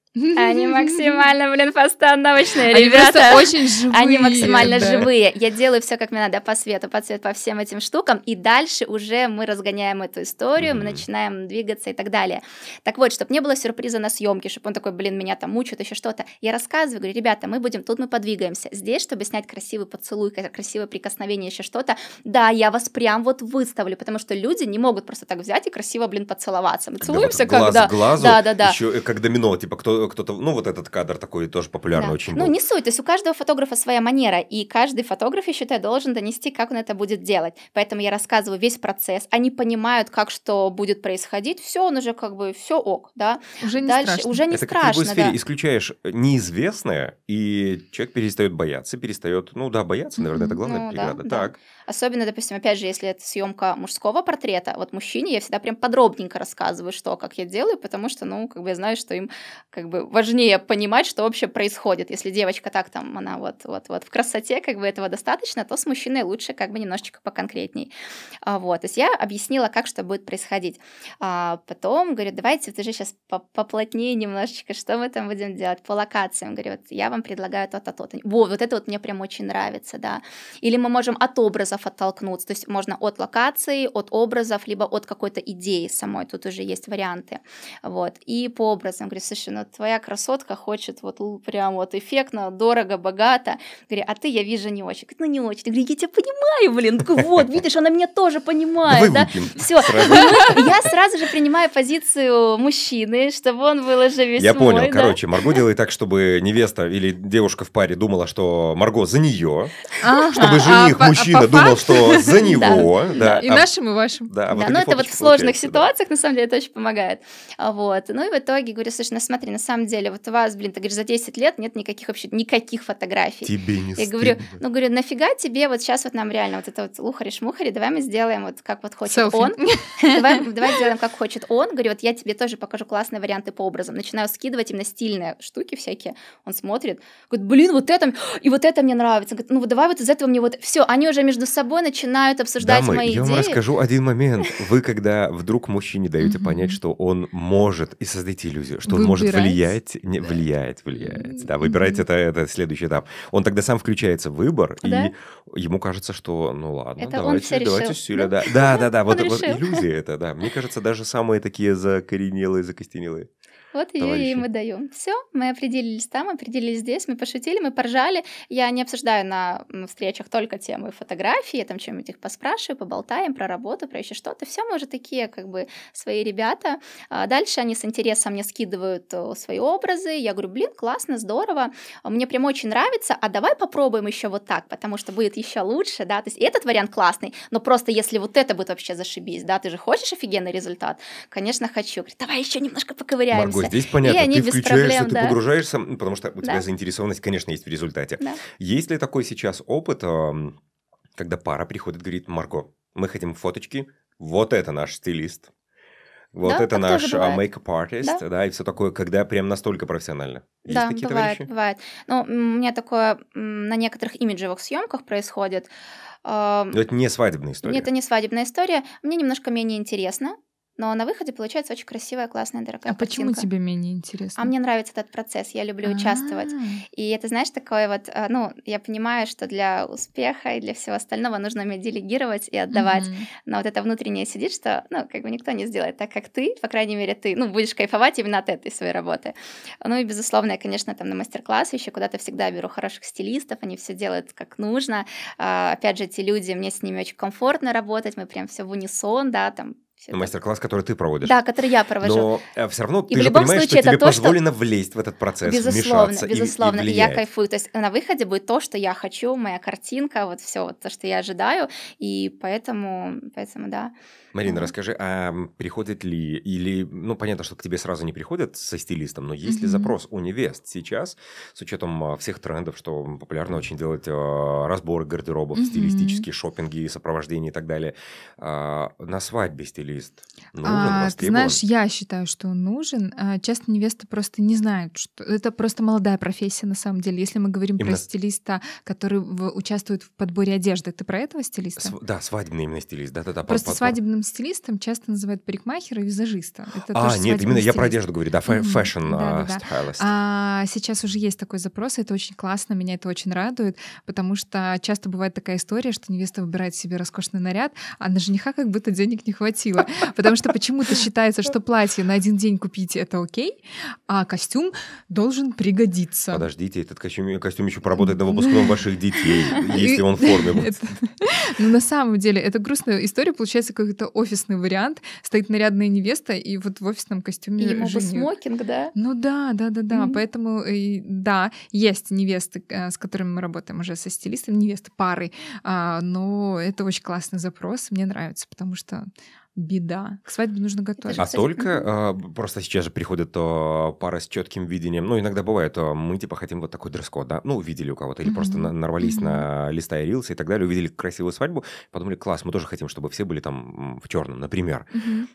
Они максимально, постановочные, ребята. Они очень живые. Они максимально живые. Я делаю все как мне надо, по свету, по всем этим штукам, и дальше уже мы разгоняем эту историю, мы начинаем двигаться и так далее. Так вот, чтобы не было сюрприза на съемке, чтобы он такой, меня там мучают, еще что-то. Я рассказываю, говорю, ребята, тут мы подвигаемся. Здесь, чтобы снять красивый поцелуй, красивое прикосновение, еще что-то, да, я вас прям вот выставлю, потому что люди не могут просто так взять и красиво, поцеловаться. Мы целуемся глаз как, к глазу, да. еще как домино, типа кто-то, вот этот кадр такой тоже популярный очень был. Не суть, то есть у каждого фотографа своя манера, и каждый фотограф, я считаю, должен донести, как он это будет делать. Поэтому я рассказываю весь процесс, они понимают, как что будет происходить, все, он уже все ок, да. Уже не страшно. Уже не это страшно, как в любой сфере исключаешь неизвестное, и человек перестает бояться, бояться, наверное, это главная преграда. Да. Так. Особенно, допустим, опять же, если это съемка мужского портрета, вот мужчине я всегда прям подробненько рассказываю, что, как я делаю, потому что, я знаю, что им важнее понимать, что вообще происходит. Если девочка так она вот в красоте, этого достаточно, то с мужчиной лучше немножечко поконкретней. То есть я объяснила, как что будет происходить. Потом, говорю, давайте уже сейчас поплотнее немножечко, что мы там будем делать по локациям. Говорю, я вам предлагаю то-то, то-то. Вот это мне прям очень нравится, да. Или мы можем от образов оттолкнуться, то есть можно от локаций, от образов, либо от какой-то идеи самой, тут уже есть варианты. И по образам. Говорю, слушай, твоя красотка хочет прям эффектно, дорого, богато. Говорю, а ты, я вижу, не очень. Говорит, не очень. Я говорю, я тебя понимаю, Такой, видишь, она меня тоже понимает, да? Все. Я сразу же принимаю позицию мужчины, чтобы он был уже весь Я мой. понял, короче, Марго делает так, чтобы невеста или девушка в паре думала, что Марго за нее, чтобы жених, мужчина думал, что за него. И нашим, и вашим. Да, это в сложных ситуациях, на самом деле, это очень помогает. И в итоге говорю, слушай, смотри, на самом деле, у вас, ты говоришь, за 10 лет нет никаких фотографий. Тебе не стыдно. Я говорю, нафига тебе сейчас нам реально это лухари-шмухари, давай мы сделаем как хочет селфи. Он. Давай сделаем, как хочет он. Говорю, я тебе тоже покажу классные варианты по образам. Начинаю скидывать именно стильные штуки всякие. Он смотрит, говорит, вот это мне нравится. Говорит, давай из этого мне все. Они уже между собой начинают обсуждать мои идеи. Я вам расскажу один момент. Вы, когда вдруг мужчине даете понять, что он может, и создайте иллюзию, что он может влиять. Да, выбирать это следующий этап. Он тогда сам включается в выбор, и ему кажется, что, ладно, это давайте усилия. Да, вот иллюзия это, да. Мне кажется, даже самые такие закоренелые, закостенелые. Вот ее ей мы даем. Все, мы определились там, определились здесь, мы пошутили, мы поржали. Я не обсуждаю на встречах только темы фотографии, я там что-нибудь их поспрашиваю, поболтаем про работу, про еще что-то. Все, мы уже такие свои ребята. Дальше они с интересом мне скидывают свои образы. Я говорю, классно, здорово, мне прям очень нравится, а давай попробуем еще вот так, потому что будет еще лучше, да. То есть этот вариант классный, но просто если это будет вообще зашибись, да, ты же хочешь офигенный результат? Конечно, хочу. Говорю, давай еще немножко поковыряемся. Здесь понятно, ты включаешься, ты погружаешься, потому что у тебя заинтересованность, конечно, есть в результате. Да. Есть ли такой сейчас опыт, когда пара приходит и говорит, Марго, мы хотим фоточки, вот это наш стилист, Вот Да, это так тоже наш бывает. мейкап-артист, Да. да, и все такое, когда прям настолько профессионально. Есть Да, такие бывает, товарищи? бывает. Но у меня такое на некоторых имиджевых съемках происходит. А, Но это не свадебная Нет, история. это не свадебная история. Мне немножко менее интересно, но на выходе получается очень красивая, классная, А дорогая почему картинка. тебе менее А интересно? мне нравится этот процесс, я люблю участвовать. И это, знаешь, такое вот, ну, я понимаю, что для успеха и для всего остального нужно уметь делегировать и отдавать. Мгм. Но вот это внутреннее сидит, что, ну, как бы никто не сделает так, как ты, по крайней мере, ты, ну, будешь кайфовать именно от этой своей работы. Ну и, безусловно, я, конечно, там на мастер-классы еще куда-то всегда беру хороших стилистов, они все делают как нужно. Опять же, эти люди, мне с ними очень комфортно работать, мы прям все в унисон, да, там, всё это. Мастер-класс, который ты проводишь. Да, который я провожу. Но все равно И ты в же любом понимаешь, что случае это тебе то, что позволено влезть в этот процесс, безусловно, вмешаться и безусловно, и я влиять. кайфую. То есть на выходе будет то, что я хочу, моя картинка, вот все вот то, что я ожидаю, и поэтому да. Марина, Вот. расскажи, а приходит ли, или, ну, понятно, что к тебе сразу не приходят со стилистом, но есть ли Мгм. запрос у невест сейчас, с учетом всех трендов, что популярно очень делать разборы гардеробов, Мгм. стилистические шопинги, сопровождение и так далее. На свадьбе стилист нужен, Ты востребован? знаешь, я считаю, что он нужен. Часто невесты просто не знают, что это просто молодая профессия на самом деле. Если мы говорим про Именно, стилиста, который участвует в подборе одежды, ты про этого стилиста? да, свадебный именно стилист, да-да-да, Просто подбор. свадебным стилистом часто называют парикмахера и визажиста. Это тоже Нет, именно свадебный я про стилист. одежду говорю, да, Мгм. фэшн Да-да-да. стайлист. Сейчас уже есть такой запрос, и это очень классно, меня это очень радует, потому что часто бывает такая история, что невеста выбирает себе роскошный наряд, а на жениха как будто денег не хватило. Потому что почему-то считается, что платье на один день купить — это окей, а костюм должен пригодиться. Подождите, этот костюм еще поработает на выпускном ваших детей, если он в форме будет. Ну, на самом деле, это грустная история, получается какой-то офисный вариант. Стоит нарядная невеста, и вот в офисном И костюме ему бы жених. смокинг, да? Ну да. Мгм. Поэтому, да, есть невесты, с которыми мы работаем уже со стилистом, невесты пары, но это очень классный запрос, мне нравится, потому что беда. К свадьбе нужно Это же, готовиться. А кстати, только просто сейчас же приходят пары с четким видением. Ну, иногда бывает, мы типа хотим вот такой дресс-код, да? Ну, увидели у кого-то, или просто Мгм. нарвались Мгм. на листа и рилсы и так далее, увидели красивую свадьбу, подумали, класс, мы тоже хотим, чтобы все были там в черном, например. Мгм.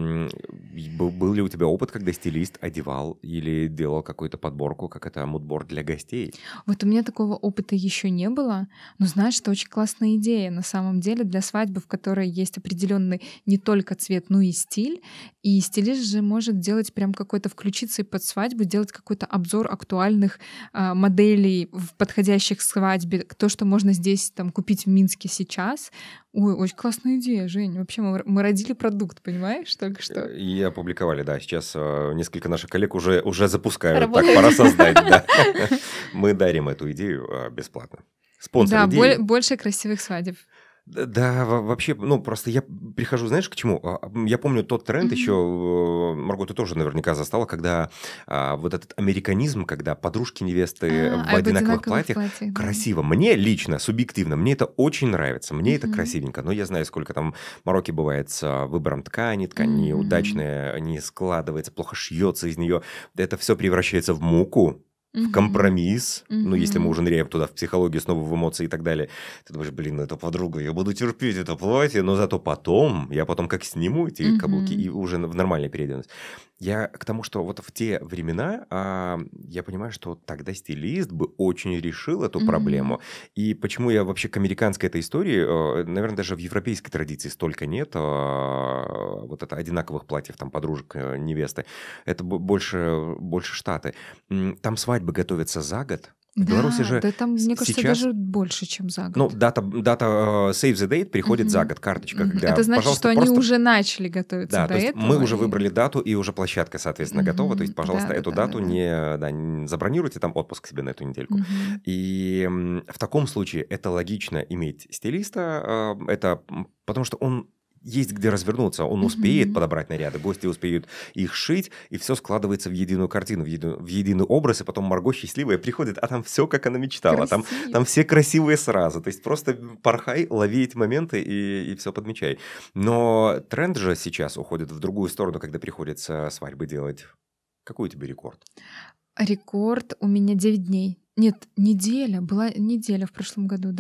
Был ли у тебя опыт, когда стилист одевал или делал какую-то подборку, как это мудборд для гостей? Вот у меня такого опыта еще не было, но знаешь, это очень классная идея на самом деле для свадьбы, в которой есть определенный не только цвет, но и стиль. И стилист же может делать прям какой-то, включиться и под свадьбу, делать какой-то обзор актуальных моделей, подходящих к свадьбе, то, что можно здесь там купить в Минске сейчас. Ой, очень классная идея, Жень. Вообще мы родили продукт, понимаешь, только что. И опубликовали, да. Сейчас несколько наших коллег уже запускают. Так, Работают. пора создать, да. Мы дарим эту идею бесплатно. Спонсор Да, идеи. больше красивых свадеб. Да, вообще, ну, просто я прихожу, знаешь, к чему? Я помню тот тренд еще, Марго, ты тоже наверняка застала, когда вот этот американизм, когда подружки невесты в одинаковых платьях, да. красиво. Мне лично, субъективно, мне это очень нравится, мне это Мгм. красивенько, но я знаю, сколько там мороки бывает с выбором ткани, ткань Мгм. неудачная, не складывается, плохо шьется из нее, это все превращается в муку, в Мгм. компромисс, ну, если мы Мгм. уже ныряем туда в психологию, снова в эмоции и так далее. Ты думаешь, блин, ну это подруга, я буду терпеть это платье, но зато я потом как сниму эти каблуки и Мгм. уже в нормальной переоденусь. Я к тому, что вот в те времена я понимаю, что тогда стилист бы очень решил эту Мгм. проблему. И почему я вообще к американской этой истории, наверное, даже в европейской традиции столько нет вот это одинаковых платьев, там, подружек невесты. Это больше Штаты. Там свадьбы готовятся за год. В Беларуси же Да, там, мне кажется, сейчас, даже больше, чем за ну, год. дата save the date приходит за Мгм. год, карточка, Мгм. когда, Это значит, пожалуйста, что они просто... уже начали готовиться Да, до то есть мы этого. уже выбрали дату, и уже площадка, соответственно, готова. То есть, пожалуйста, эту дату не забронируйте, там отпуск себе на эту недельку. Мгм. И в таком случае это логично иметь стилиста, потому что он есть где развернуться, он успеет Мгм. подобрать наряды, гости успеют их шить, и все складывается в единую картину, в единый образ, и потом Марго счастливая приходит, а там все, как она мечтала, там Красиво. все красивые сразу, то есть просто порхай, лови эти моменты и все подмечай. Но тренд же сейчас уходит в другую сторону, когда приходится свадьбы делать. Какой у тебя рекорд? Рекорд у меня 9 дней. Нет, неделя. Была неделя в прошлом году, да.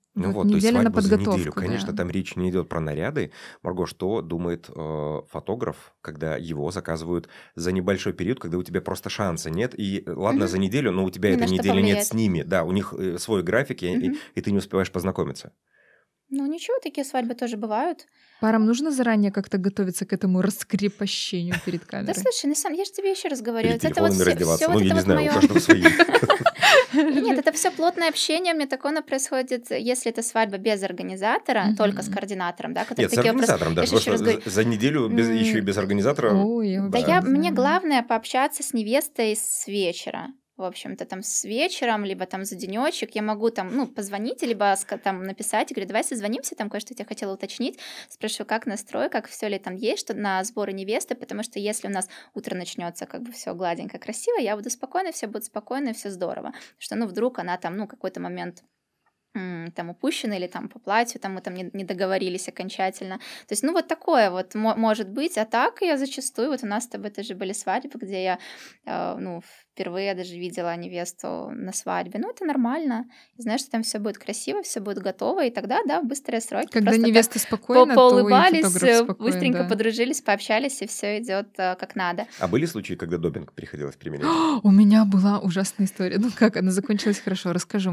Ну вот, то есть свадьбу за неделю. Конечно, там речь не идет про наряды. Марго, что думает фотограф, когда его заказывают за небольшой период, когда у тебя просто шанса нет? И ладно, за неделю, но у тебя этой недели нет с ними. Да, у них свой график, и ты не успеваешь познакомиться. Ну ничего, такие свадьбы тоже бывают. Парам нужно заранее как-то готовиться к этому раскрепощению перед камерой? Да слушай, я же тебе еще раз говорю. Перед телефонами раздеваться. Ну, я не знаю, у каждого свои. Нет, это все плотное общение. У меня такое оно происходит, если это свадьба без организатора, только с координатором, да? Нет, с организатором даже. За неделю еще и без организатора. Да, мне главное пообщаться с невестой с вечера. В общем-то, там с вечером, либо там за денечек я могу там, позвонить, либо там написать, и говорю, давай созвонимся, там кое-что я хотела уточнить, спрашиваю, как настрой, как все ли там есть, что на сборы невесты, потому что если у нас утро начнется как бы все гладенько, красиво, я буду спокойна, все будут спокойны, все здорово, что, вдруг она там, какой-то момент там упущено, или там по платью, там мы там не договорились окончательно. То есть, вот такое вот может быть, а так я зачастую, вот у нас с тобой тоже были свадьбы, где я, впервые даже видела невесту на свадьбе. Это нормально. Знаешь, что там все будет красиво, все будет готово, и тогда, да, в быстрые сроки. Когда невеста спокойна, поулыбались, быстренько подружились, пообщались, и все идет как надо. А были случаи, когда допинг приходилось применять? У меня была ужасная история. Как она закончилась хорошо, расскажу.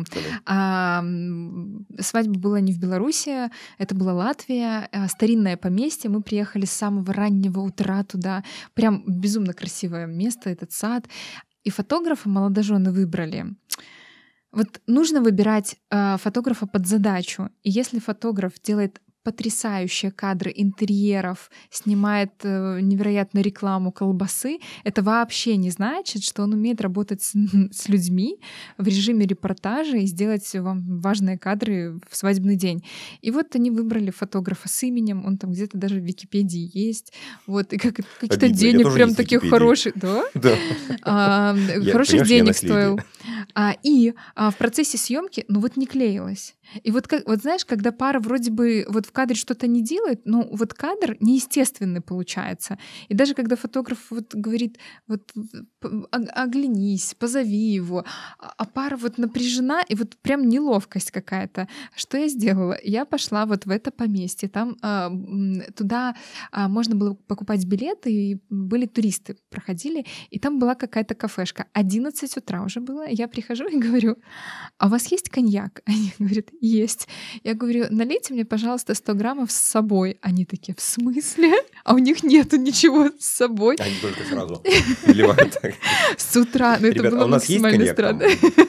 Свадьба была не в Беларуси, это была Латвия, старинное поместье. Мы приехали с самого раннего утра туда. Прям безумно красивое место, этот сад. И фотографа молодожены выбрали. Вот нужно выбирать фотографа под задачу. И если фотограф делает потрясающие кадры интерьеров, снимает невероятную рекламу колбасы, это вообще не значит, что он умеет работать с людьми в режиме репортажа и сделать вам важные кадры в свадебный день. И вот они выбрали фотографа с именем, он там где-то даже в Википедии есть. Вот, и какие-то денег прям таких хороших. Да? Хороших денег стоил. И в процессе съемки, не клеилось. И вот знаешь, когда пара вроде бы вот в кадре что-то не делает, но вот кадр неестественный получается. И даже когда фотограф вот говорит, вот оглянись, позови его, а пара вот напряжена, и вот прям неловкость какая-то. Что я сделала? Я пошла вот в это поместье. Там туда можно было покупать билеты, и были туристы, проходили, и там была какая-то кафешка. 11 утра уже было. Я прихожу и говорю, а у вас есть коньяк? Они говорят, есть. Я говорю, налейте мне, пожалуйста, 100 граммов с собой. Они такие, в смысле? А у них нету ничего с собой. Они только сразу наливают. С утра. Это было максимально странно.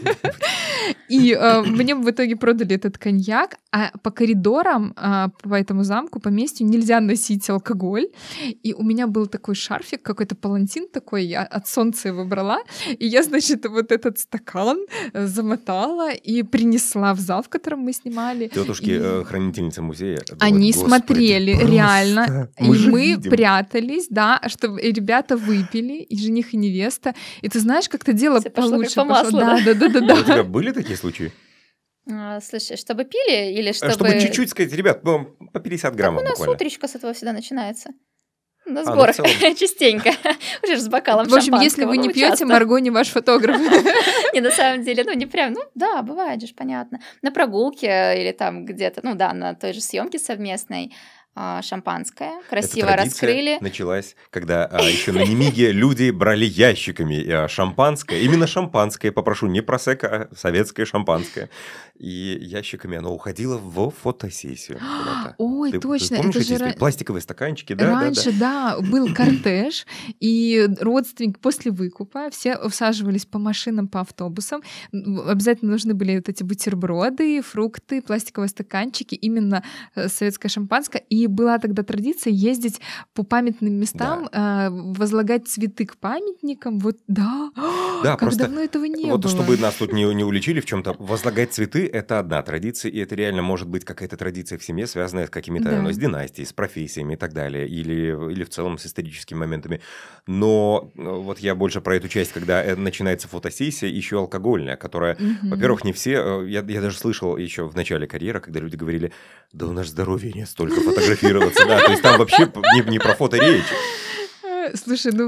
И мне в итоге продали этот коньяк, а по коридорам, по этому замку, поместью нельзя носить алкоголь. И у меня был такой шарфик, какой-то палантин такой, я от солнца его брала, и я, значит, вот этот стакан замотала и принесла в зал, в котором мы снимали. Тетушки, хранительницы музея. Они смотрели, реально. И мы прятались, да, чтобы ребята выпили, и жених, и невеста. И ты знаешь, как-то дело получше пошло. Да. У тебя были такие случаи? Слушай, чтобы пили или чтобы... Чтобы чуть-чуть сказать, ребят, по 50 граммов буквально. У нас утречка с этого всегда начинается. На сборах частенько. Уже с бокалом шампанского. В общем, если вы не пьете, Марго не ваш фотограф. Не, на самом деле, не прям, да, бывает же, понятно. На прогулке или там где-то, на той же съемке совместной, шампанское, красиво раскрыли. Началась, когда еще на Немиге люди брали ящиками шампанское, именно шампанское, попрошу, не просекко, а советское шампанское, и ящиками оно уходило в фотосессию куда-то. Ой, точно. Ты помнишь эти пластиковые стаканчики? Раньше, да, был кортеж, и родственники после выкупа все усаживались по машинам, по автобусам, обязательно нужны были вот эти бутерброды, фрукты, пластиковые стаканчики, именно советское шампанское, и была тогда традиция ездить по памятным местам, возлагать цветы к памятникам. Вот, да, как просто давно этого не было. Вот чтобы нас тут не уличили в чем-то, возлагать цветы — это одна традиция, и это реально может быть какая-то традиция в семье, связанная с какими-то, с династией, с профессиями и так далее, или в целом с историческими моментами. Но вот я больше про эту часть, когда начинается фотосессия, еще алкогольная, которая, во-первых, не все... Я даже слышал еще в начале карьеры, когда люди говорили, да у нас здоровья нет столько фотографироваться, да, то есть там вообще не про фото речь. Слушай, Но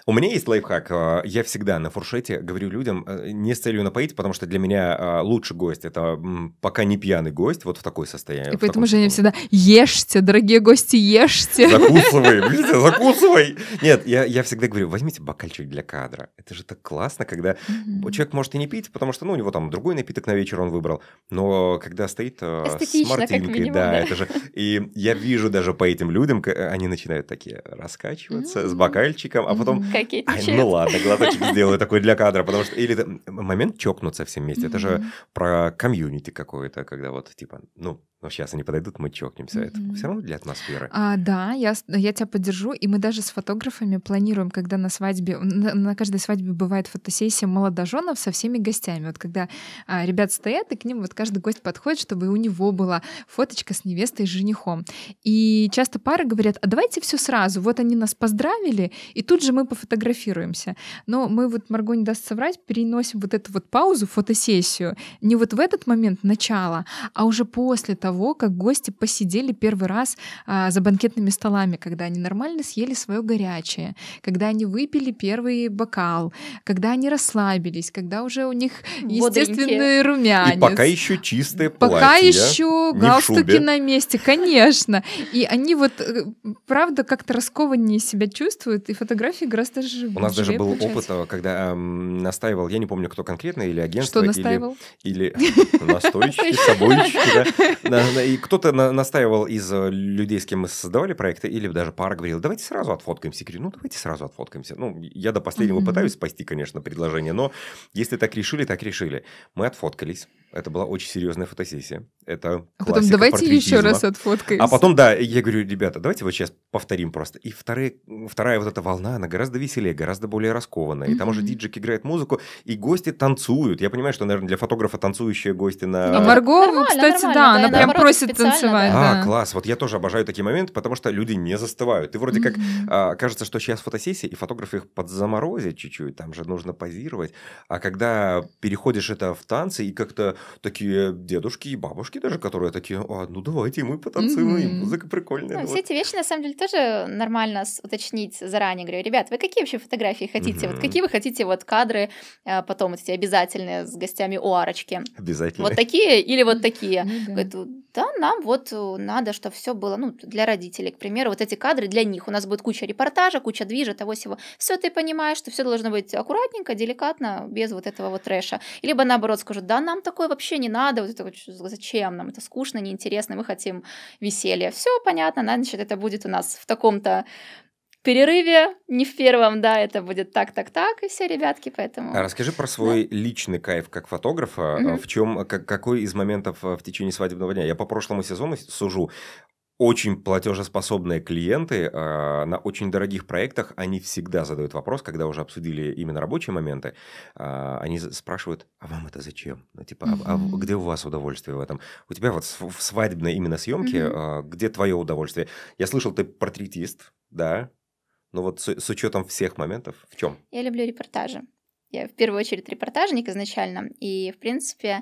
У меня есть лайфхак. Я всегда на фуршете говорю людям, не с целью напоить, потому что для меня лучший гость – это пока не пьяный гость, вот в такой состоянии. И поэтому Женя всегда: ешьте, дорогие гости, ешьте. Закусывай. Нет, я всегда говорю, возьмите бокальчик для кадра. Это же так классно, когда человек может и не пить, потому что, у него там другой напиток на вечер он выбрал, но когда стоит с мартинкой, да, это же... И я вижу даже по этим людям, они начинают такие раскачиваться с бокальчиком, а потом... Ну ладно, глоточек сделаю такой для кадра, потому что... Или момент чокнуться всем вместе. Это же про комьюнити какое-то, когда вот типа, сейчас они подойдут, мы чокнемся. Это все равно для атмосферы. Да, я тебя поддержу. И мы даже с фотографами планируем, когда на свадьбе, на каждой свадьбе бывает фотосессия молодоженов со всеми гостями. Вот когда ребят стоят, и к ним вот каждый гость подходит, чтобы у него была фоточка с невестой и женихом. И часто пары говорят: а давайте все сразу. Вот они нас поздравили, и тут же мы пофотографируемся. Но мы вот, Марго не даст соврать, переносим вот эту вот паузу, фотосессию, не вот в этот момент начала, а уже после того, как гости посидели первый раз за банкетными столами, когда они нормально съели свое горячее, когда они выпили первый бокал, когда они расслабились, когда уже у них естественный румянец. И пока еще чистые платья. Пока еще галстуки на месте, конечно. И они вот, правда, как-то раскованнее себя чувствуют, и фотографии гораздо живее. У нас даже был опыт, когда настаивал, я не помню, кто конкретно, или агентство, что настаивал? Или настойчики, собойчики, да. И кто-то настаивал из людей, с кем мы создавали проекты, или даже пара говорила: давайте сразу отфоткаемся. Я говорю: давайте сразу отфоткаемся. Я до последнего пытаюсь спасти, конечно, предложение, но если так решили, так решили. Мы отфоткались. Это была очень серьезная фотосессия. Это а потом давайте еще раз отфоткаемся. А потом, да, я говорю: ребята, давайте вот сейчас повторим просто. И вторая вот эта волна, она гораздо веселее, гораздо более раскованная. И там уже диджик играет музыку, и гости танцуют. Я понимаю, что, наверное, для фотографа танцующие гости на... А Марго, кстати, да, она прям просит танцевать. Да. Класс. Вот я тоже обожаю такие моменты, потому что люди не застывают. И вроде как кажется, что сейчас фотосессия, и фотограф их подзаморозит чуть-чуть, там же нужно позировать. А когда переходишь это в танцы, и как-то такие дедушки и бабушки даже, которые такие: давайте мы потанцуем, и музыка прикольная. Все эти вещи, на самом деле, тоже нормально уточнить заранее. Говорю: ребят, вы какие вообще фотографии хотите? Вот какие вы хотите вот кадры, потом вот эти обязательные с гостями у арочки? Обязательно. Вот такие или вот такие? Говорит: да, нам вот надо, чтобы все было, для родителей, к примеру, вот эти кадры для них. У нас будет куча репортажа, куча движа, того всего. Все ты понимаешь, что все должно быть аккуратненько, деликатно, без вот этого вот трэша. Либо наоборот скажут: да, нам такое вообще не надо, вот это вот, зачем нам, это скучно, неинтересно, мы хотим веселья. Все понятно, значит, это будет у нас в таком-то перерыве, не в первом, да, это будет так, и все, ребятки, поэтому... А расскажи про свой личный кайф как фотографа, в чем, какой из моментов в течение свадебного дня? Я по прошлому сезону сужу. Очень платежеспособные клиенты на очень дорогих проектах, они всегда задают вопрос, когда уже обсудили именно рабочие моменты, они спрашивают: а вам это зачем? А где у вас удовольствие в этом? У тебя вот в свадебной именно съемке, где твое удовольствие? Я слышал, ты портретист, да? Но вот с учетом всех моментов, в чем? Я люблю репортажи. Я в первую очередь репортажник изначально, и, в принципе...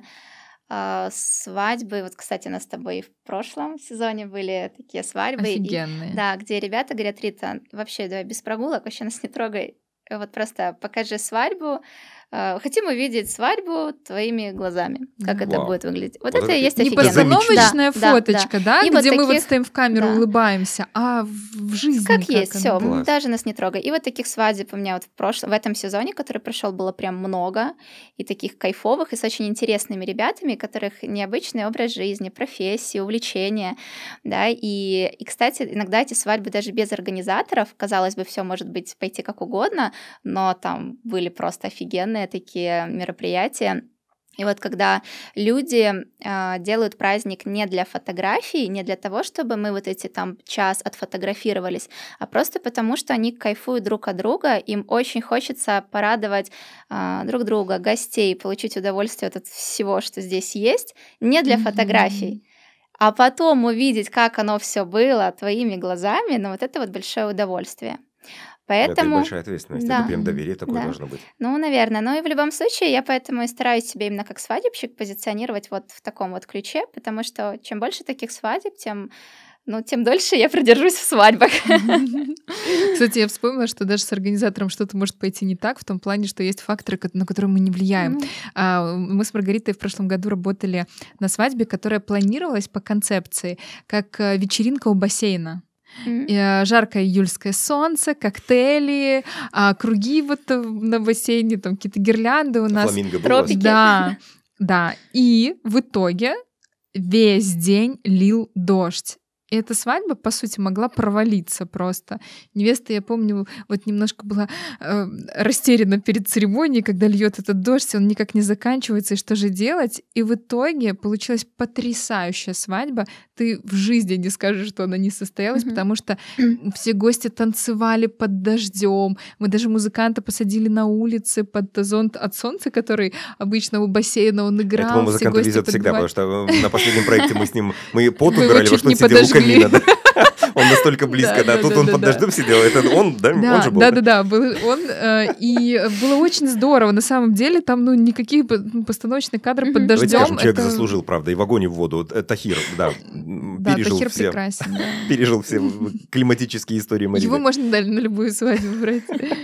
свадьбы, вот, кстати, у нас с тобой в прошлом сезоне были такие свадьбы. Офигенные. Да, где ребята говорят: Рита, вообще давай без прогулок, вообще нас не трогай, вот просто покажи свадьбу, хотим увидеть свадьбу твоими глазами, как это будет выглядеть. Вот это и есть офигенно. Не постановочная фоточка, да, где мы вот стоим в камеру, улыбаемся, а в жизни как есть, все, даже нас не трогай. И вот таких свадеб у меня вот в этом сезоне, который прошел, было прям много, и таких кайфовых, и с очень интересными ребятами, у которых необычный образ жизни, профессия, увлечения, да, и, кстати, иногда эти свадьбы даже без организаторов, казалось бы, все может быть пойти как угодно, но там были просто офигенные такие мероприятия. И вот когда люди делают праздник не для фотографий, не для того, чтобы мы вот эти там час отфотографировались, а просто потому, что они кайфуют друг от друга, им очень хочется порадовать друг друга, гостей, получить удовольствие от всего, что здесь есть, не для фотографий. А потом увидеть, как оно все было твоими глазами, вот это вот большое удовольствие. Поэтому... Это большая ответственность, это прям доверие такое должно быть. Наверное. Но и в любом случае я поэтому и стараюсь себя именно как свадебщик позиционировать вот в таком вот ключе, потому что чем больше таких свадеб, тем ну, тем дольше я продержусь в свадьбах. Кстати, я вспомнила, что даже с организатором что-то может пойти не так, в том плане, что есть факторы, на которые мы не влияем. Мы с Маргаритой в прошлом году работали на свадьбе, которая планировалась по концепции как вечеринка у бассейна. Жаркое июльское солнце, коктейли, круги вот на бассейне, там какие-то гирлянды у нас. Фламинго было. Да. И в итоге весь день лил дождь. И эта свадьба, по сути, могла провалиться просто. Невеста, я помню, вот немножко была растеряна перед церемонией, когда льет этот дождь, он никак не заканчивается, и что же делать? И в итоге получилась потрясающая свадьба. Ты в жизни не скажешь, что она не состоялась, потому что все гости танцевали под дождем. Мы даже музыканта посадили на улице под зонт от солнца, который обычно у бассейна он играл. Этому музыканта везет всегда, потому что на последнем проекте мы с ним пот убирали, во что он сидел у камина, да? Он настолько близко, да. Тут он под дождем сидел, это он, да? Он же был. Да, был он. И было очень здорово. На самом деле там, никакие постановочные кадры под дождем. Давайте скажем, человек заслужил, правда, и в огонь, и в воду. Тахир, да. Да, Тахир прекрасен, да. Пережил все климатические истории Марины. Его можно на любую свадьбу брать.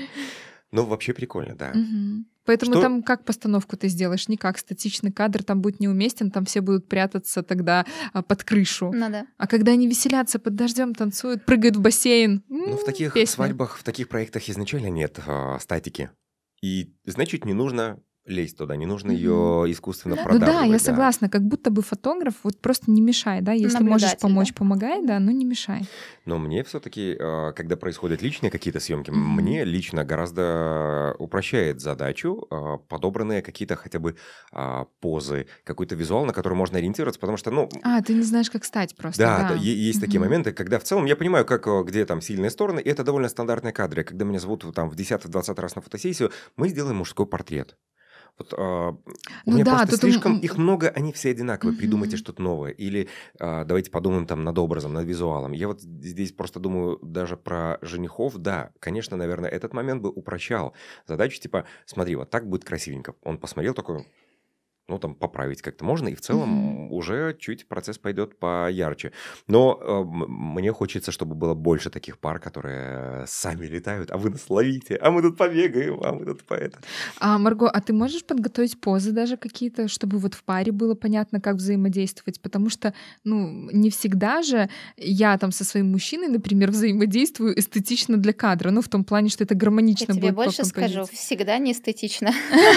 Ну, вообще прикольно, да. Поэтому там как постановку ты сделаешь? Никак. Статичный кадр там будет неуместен, там все будут прятаться тогда под крышу. Ну да. А когда они веселятся под дождем, танцуют, прыгают в бассейн. Ну, в таких свадьбах, в таких проектах изначально нет статики. И, значит, не нужно лезть туда, не нужно ее искусственно продавливать. Ну да, я согласна, как будто бы фотограф вот просто не мешай, да, если можешь помочь, помогай, да, но не мешай. Но мне все-таки, когда происходят личные какие-то съемки, мне лично гораздо упрощает задачу подобранные какие-то хотя бы позы, какой-то визуал, на который можно ориентироваться, потому что, ты не знаешь, как стать просто. Да, есть такие моменты, когда в целом я понимаю, где там сильные стороны, и это довольно стандартные кадры. Когда меня зовут там в 10-20 раз на фотосессию, мы сделаем мужской портрет. Вот, у меня просто слишком их много, они все одинаковые. Придумайте что-то новое. Или давайте подумаем там над образом, над визуалом. Я вот здесь просто думаю даже про женихов. Да, конечно, наверное, этот момент бы упрощал задачу. Типа, смотри, вот так будет красивенько. Он посмотрел такой... там поправить как-то можно, и в целом уже чуть процесс пойдет поярче. Но мне хочется, чтобы было больше таких пар, которые сами летают, а вы нас ловите, а мы тут побегаем, а мы тут по это. Марго, а ты можешь подготовить позы даже какие-то, чтобы вот в паре было понятно, как взаимодействовать? Потому что, не всегда же я там со своим мужчиной, например, взаимодействую эстетично для кадра, в том плане, что это гармонично будет. Я тебе больше скажу, всегда не эстетично.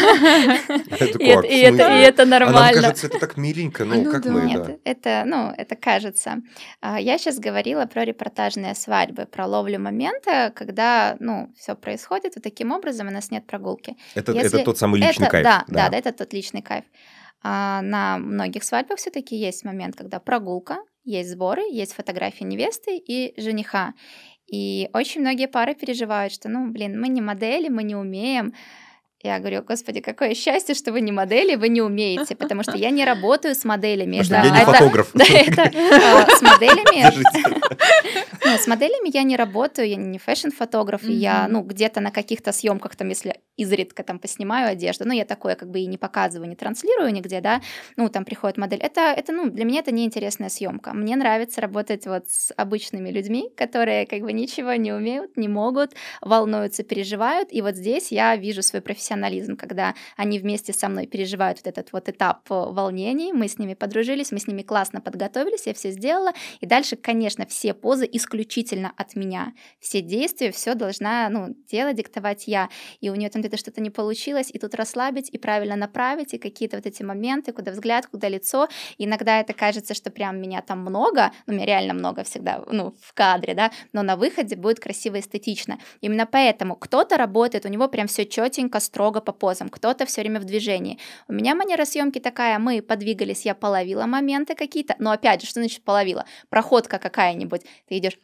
И это нормально. А нам кажется, это так миленько, как мы, Нет, это кажется. Я сейчас говорила про репортажные свадьбы, про ловлю момента, когда, все происходит вот таким образом, у нас нет прогулки. Это тот самый личный кайф. Да, это тот личный кайф. На многих свадьбах все-таки есть момент, когда прогулка, есть сборы, есть фотографии невесты и жениха. И очень многие пары переживают, что, мы не модели, мы не умеем. Я говорю, господи, какое счастье, что вы не модели, вы не умеете, потому что я не работаю с моделями. Я не фотограф. С моделями... С моделями я не работаю, я не фэшн-фотограф, и я, где-то на каких-то съемках, там, если изредка там поснимаю одежду, я такое как бы и не показываю, не транслирую нигде, да, там приходит модель. Это для меня это неинтересная съемка. Мне нравится работать вот с обычными людьми, которые как бы ничего не умеют, не могут, волнуются, переживают, и вот здесь я вижу свой профессионализм, когда они вместе со мной переживают вот этот вот этап волнений, мы с ними подружились, мы с ними классно подготовились, я все сделала, и дальше, конечно, все позы исключительно от меня, все действия, все должна, делать, диктовать я, и у нее там где-то что-то не получилось, и тут расслабить, и правильно направить, и какие-то вот эти моменты, куда взгляд, куда лицо, и иногда это кажется, что прям меня там много, меня реально много всегда, в кадре, да, но на выходе будет красиво, эстетично, именно поэтому кто-то работает, у него прям все четенько, строго по позам, кто-то все время в движении. У меня манера съемки такая, мы подвигались, я половила моменты какие-то, но опять же, что значит половила? Проходка какая-нибудь, ты идешь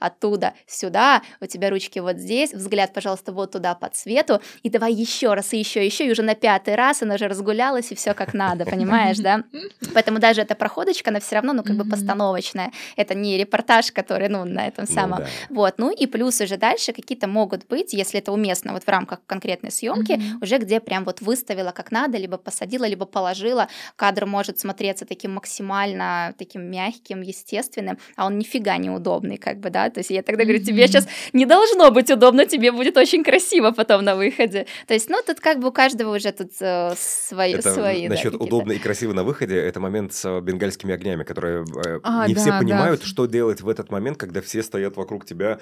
оттуда сюда, у тебя ручки вот здесь, взгляд, пожалуйста, вот туда по цвету, и давай еще раз, и еще, и уже на 5-й раз она уже разгулялась, и все как надо, понимаешь, да? Поэтому даже эта проходочка, она все равно, ну, как бы постановочная, это не репортаж, который, ну, на этом самом, вот, ну, и плюс уже дальше какие-то могут быть, если это уместно вот в рамках конкретной съемки, уже где прям вот выставила как надо, либо посадила, либо положила, кадр может смотреться таким максимально таким мягким, естественным, а он нифига неудобный, как бы, да, то есть я тогда говорю, тебе сейчас не должно быть удобно, тебе будет очень красиво потом на выходе, то есть, ну, тут как бы у каждого уже тут свои. Насчет удобно и красиво на выходе, это момент с бенгальскими огнями, которые не все понимают, что делать в этот момент, когда все стоят вокруг тебя,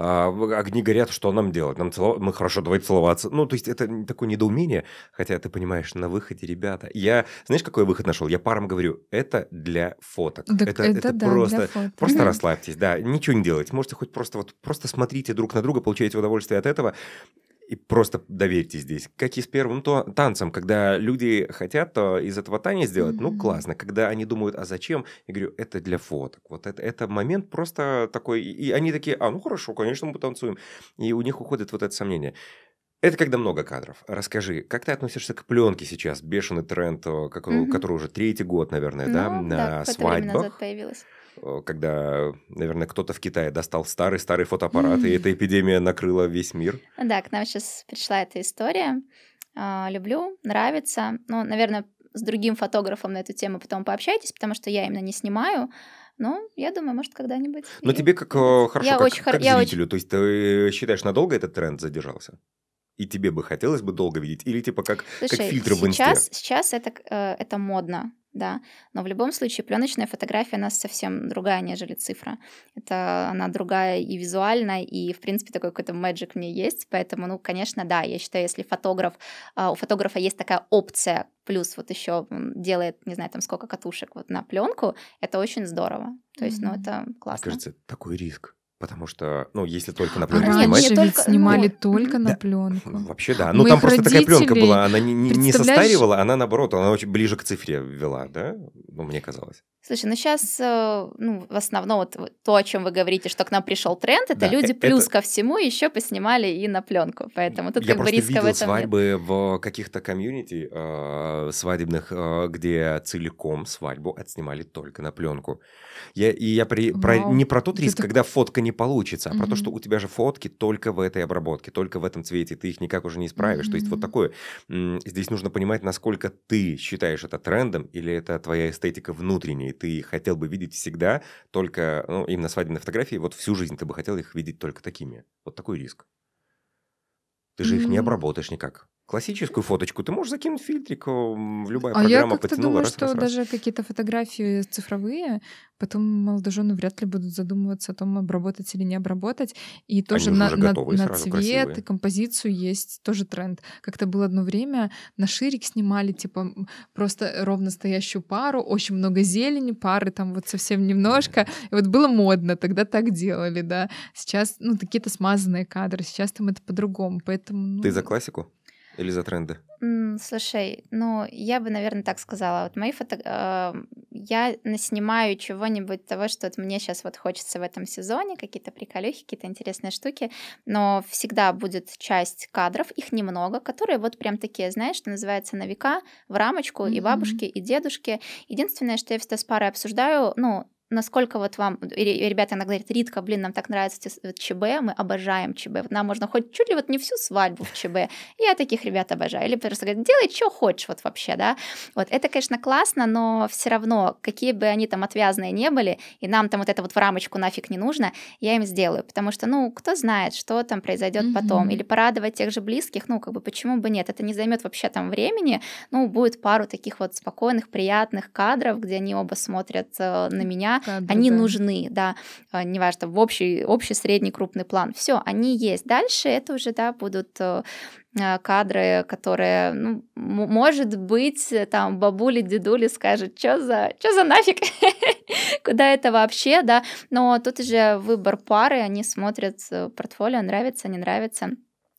огни горят, что нам делать? Мы хорошо, давай целоваться. Ну, то есть это такое недоумение, хотя ты понимаешь, на выходе, ребята. Я, знаешь, какой выход нашел? Я парам говорю, это для фоток. Это просто расслабьтесь, да, ничего не делайте. Можете хоть просто смотрите друг на друга, получаете удовольствие от этого. И просто доверьтесь здесь. Как и с первым танцем, когда люди хотят из этого танец сделать, ну, классно. Когда они думают, а зачем? Я говорю, это для фоток. Вот это момент просто такой. И они такие, ну, хорошо, конечно, мы потанцуем. И у них уходит вот это сомнение. Это когда много кадров. Расскажи, как ты относишься к пленке сейчас? Бешеный тренд, который уже 3-й год, наверное, да, на свадьбах. Назад появилась. Когда, наверное, кто-то в Китае достал старый фотоаппарат, и эта эпидемия накрыла весь мир. Да, к нам сейчас пришла эта история. Люблю, нравится. Ну, наверное, с другим фотографом на эту тему потом пообщайтесь, потому что я именно не снимаю. Но я думаю, может, когда-нибудь. Но тебе как зрителю, то есть ты считаешь, надолго этот тренд задержался? И тебе бы хотелось бы долго видеть? Или типа как фильтры в инсте? Сейчас это модно, да. Но в любом случае пленочная фотография, она совсем другая, нежели цифра. Она другая и визуально, и, в принципе, такой какой-то мэджик в ней есть. Поэтому, ну, конечно, да, я считаю, если у фотографа есть такая опция, плюс вот еще делает, не знаю, там сколько катушек вот на пленку, это очень здорово. То есть, ну, это классно. Мне кажется, такой риск. Потому что, ну, если только на пленку снимать... Раньше ведь снимали только на пленку. Вообще, да. Ну, там просто такая пленка была, она не состаривала, она, наоборот, она очень ближе к цифре вела, да? Ну, мне казалось. Слушай, ну сейчас, в основном вот то, о чем вы говорите, что к нам пришел тренд, это люди плюс ко всему еще поснимали и на пленку, поэтому тут как бы риска в этом нет. Я просто видел свадьбы в каких-то комьюнити свадебных, где целиком свадьбу отснимали только на пленку. Я не про тот риск, когда фотка не получится, а про то, что у тебя же фотки только в этой обработке, только в этом цвете, ты их никак уже не исправишь. То есть вот такое. Здесь нужно понимать, насколько ты считаешь это трендом, или это твоя эстетика внутренняя, ты хотел бы видеть всегда только, ну, именно свадебные фотографии, вот всю жизнь ты бы хотел их видеть только такими. Вот такой риск. Ты же их не обработаешь никак. Классическую фоточку ты можешь закинуть фильтрик, в любая программа подтянула. Я как-то думаю, что даже какие-то фотографии цифровые, потом молодожены вряд ли будут задумываться о том, обработать или не обработать. И тоже на цвет красивые. И композицию есть тоже тренд. Как-то было одно время, на ширик снимали, типа, просто ровно стоящую пару, очень много зелени, пары там вот совсем немножко. И вот было модно, тогда так делали, да. Сейчас, ну, какие-то смазанные кадры, сейчас там это по-другому, поэтому... Ты за классику? Или за тренды? Слушай, ну, я бы, наверное, так сказала. Вот я наснимаю чего-нибудь того, что вот мне сейчас вот хочется в этом сезоне, какие-то приколюхи, какие-то интересные штуки, но всегда будет часть кадров, их немного, которые вот прям такие, знаешь, что называется, на века, в рамочку, и бабушки, и дедушки. Единственное, что я всегда с парой обсуждаю, ну, насколько вот вам, и ребята иногда говорят, Ритка, блин, нам так нравится ЧБ, мы обожаем ЧБ, вот нам можно хоть чуть ли вот не всю свадьбу в ЧБ, я таких ребят обожаю, или просто говорят, делай, что хочешь вот вообще, да, вот это, конечно, классно, но все равно, какие бы они там отвязные не были, и нам там вот это вот в рамочку нафиг не нужно, я им сделаю, потому что, ну, кто знает, что там произойдет потом, или порадовать тех же близких, ну, как бы, почему бы нет, это не займет вообще там времени, ну, будет пару таких вот спокойных, приятных кадров, где они оба смотрят на меня, они нужны, да, неважно, в общий средний крупный план. Все, они есть. Дальше это уже, да, будут кадры, которые, ну, может быть, там бабули, дедули скажут, что за нафиг, куда это вообще, да, но тут уже выбор пары, они смотрят портфолио, нравится, не нравится.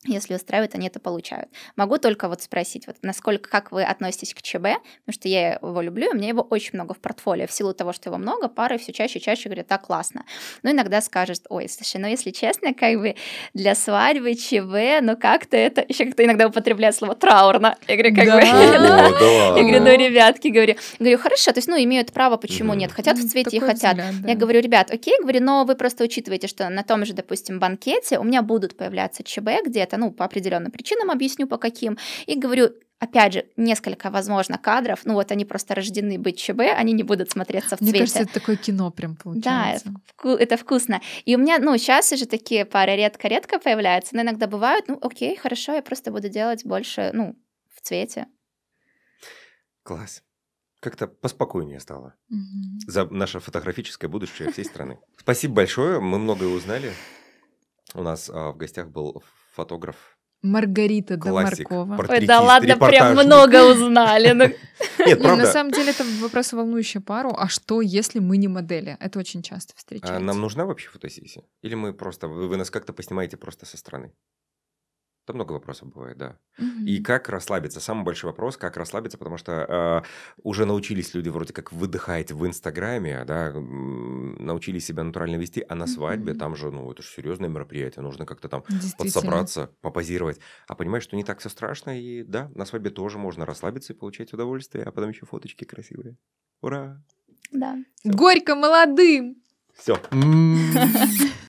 Если устраивает, они это получают. Могу только вот спросить, вот насколько, как вы относитесь к ЧБ, потому что я его люблю, у меня его очень много в портфолио, в силу того, что его много, пары все чаще и чаще говорят, так, классно. Но иногда скажут, ой, слушай, ну если честно, как бы для свадьбы ЧБ, ну как-то это, еще как-то иногда употребляют слово траурно. Я говорю, как бы, я говорю, ну, ребятки, говорю, хорошо, то есть, ну, имеют право, почему нет, хотят в цвете и хотят. Я говорю, ребят, окей, говорю, но вы просто учитываете, что на том же, допустим, банкете у меня будут появляться ЧБ где-то, ну, по определенным причинам, объясню по каким, и говорю, опять же, несколько, возможно, кадров, ну, вот они просто рождены быть ЧБ, они не будут смотреться в цвете. Мне кажется, это такое кино прям получается. Да, это вкусно. И у меня, ну, сейчас уже такие пары редко-редко появляются, но иногда бывают, ну, окей, хорошо, я просто буду делать больше, ну, в цвете. Класс. Как-то поспокойнее стало. За наше фотографическое будущее всей страны. Спасибо большое, мы многое узнали. У нас в гостях был фотограф Маргарита классик, Домаркова. Ой, да ладно, прям много узнали. Нет, правда. На самом деле это вопрос, волнующий пару. А что, если мы не модели? Это очень часто встречается. А нам нужна вообще фотосессия? Или мы просто, вы нас как-то поснимаете просто со стороны? Там много вопросов бывает, да. И как расслабиться? Самый большой вопрос, как расслабиться, потому что уже научились люди вроде как выдыхать в Инстаграме, да, научились себя натурально вести, а на свадьбе там же, ну, это же серьезное мероприятие, нужно как-то там подсобраться, попозировать. А понимаешь, что не так все страшно, и да, на свадьбе тоже можно расслабиться и получать удовольствие, а потом еще фоточки красивые. Ура! Да. Горько молодым! Все.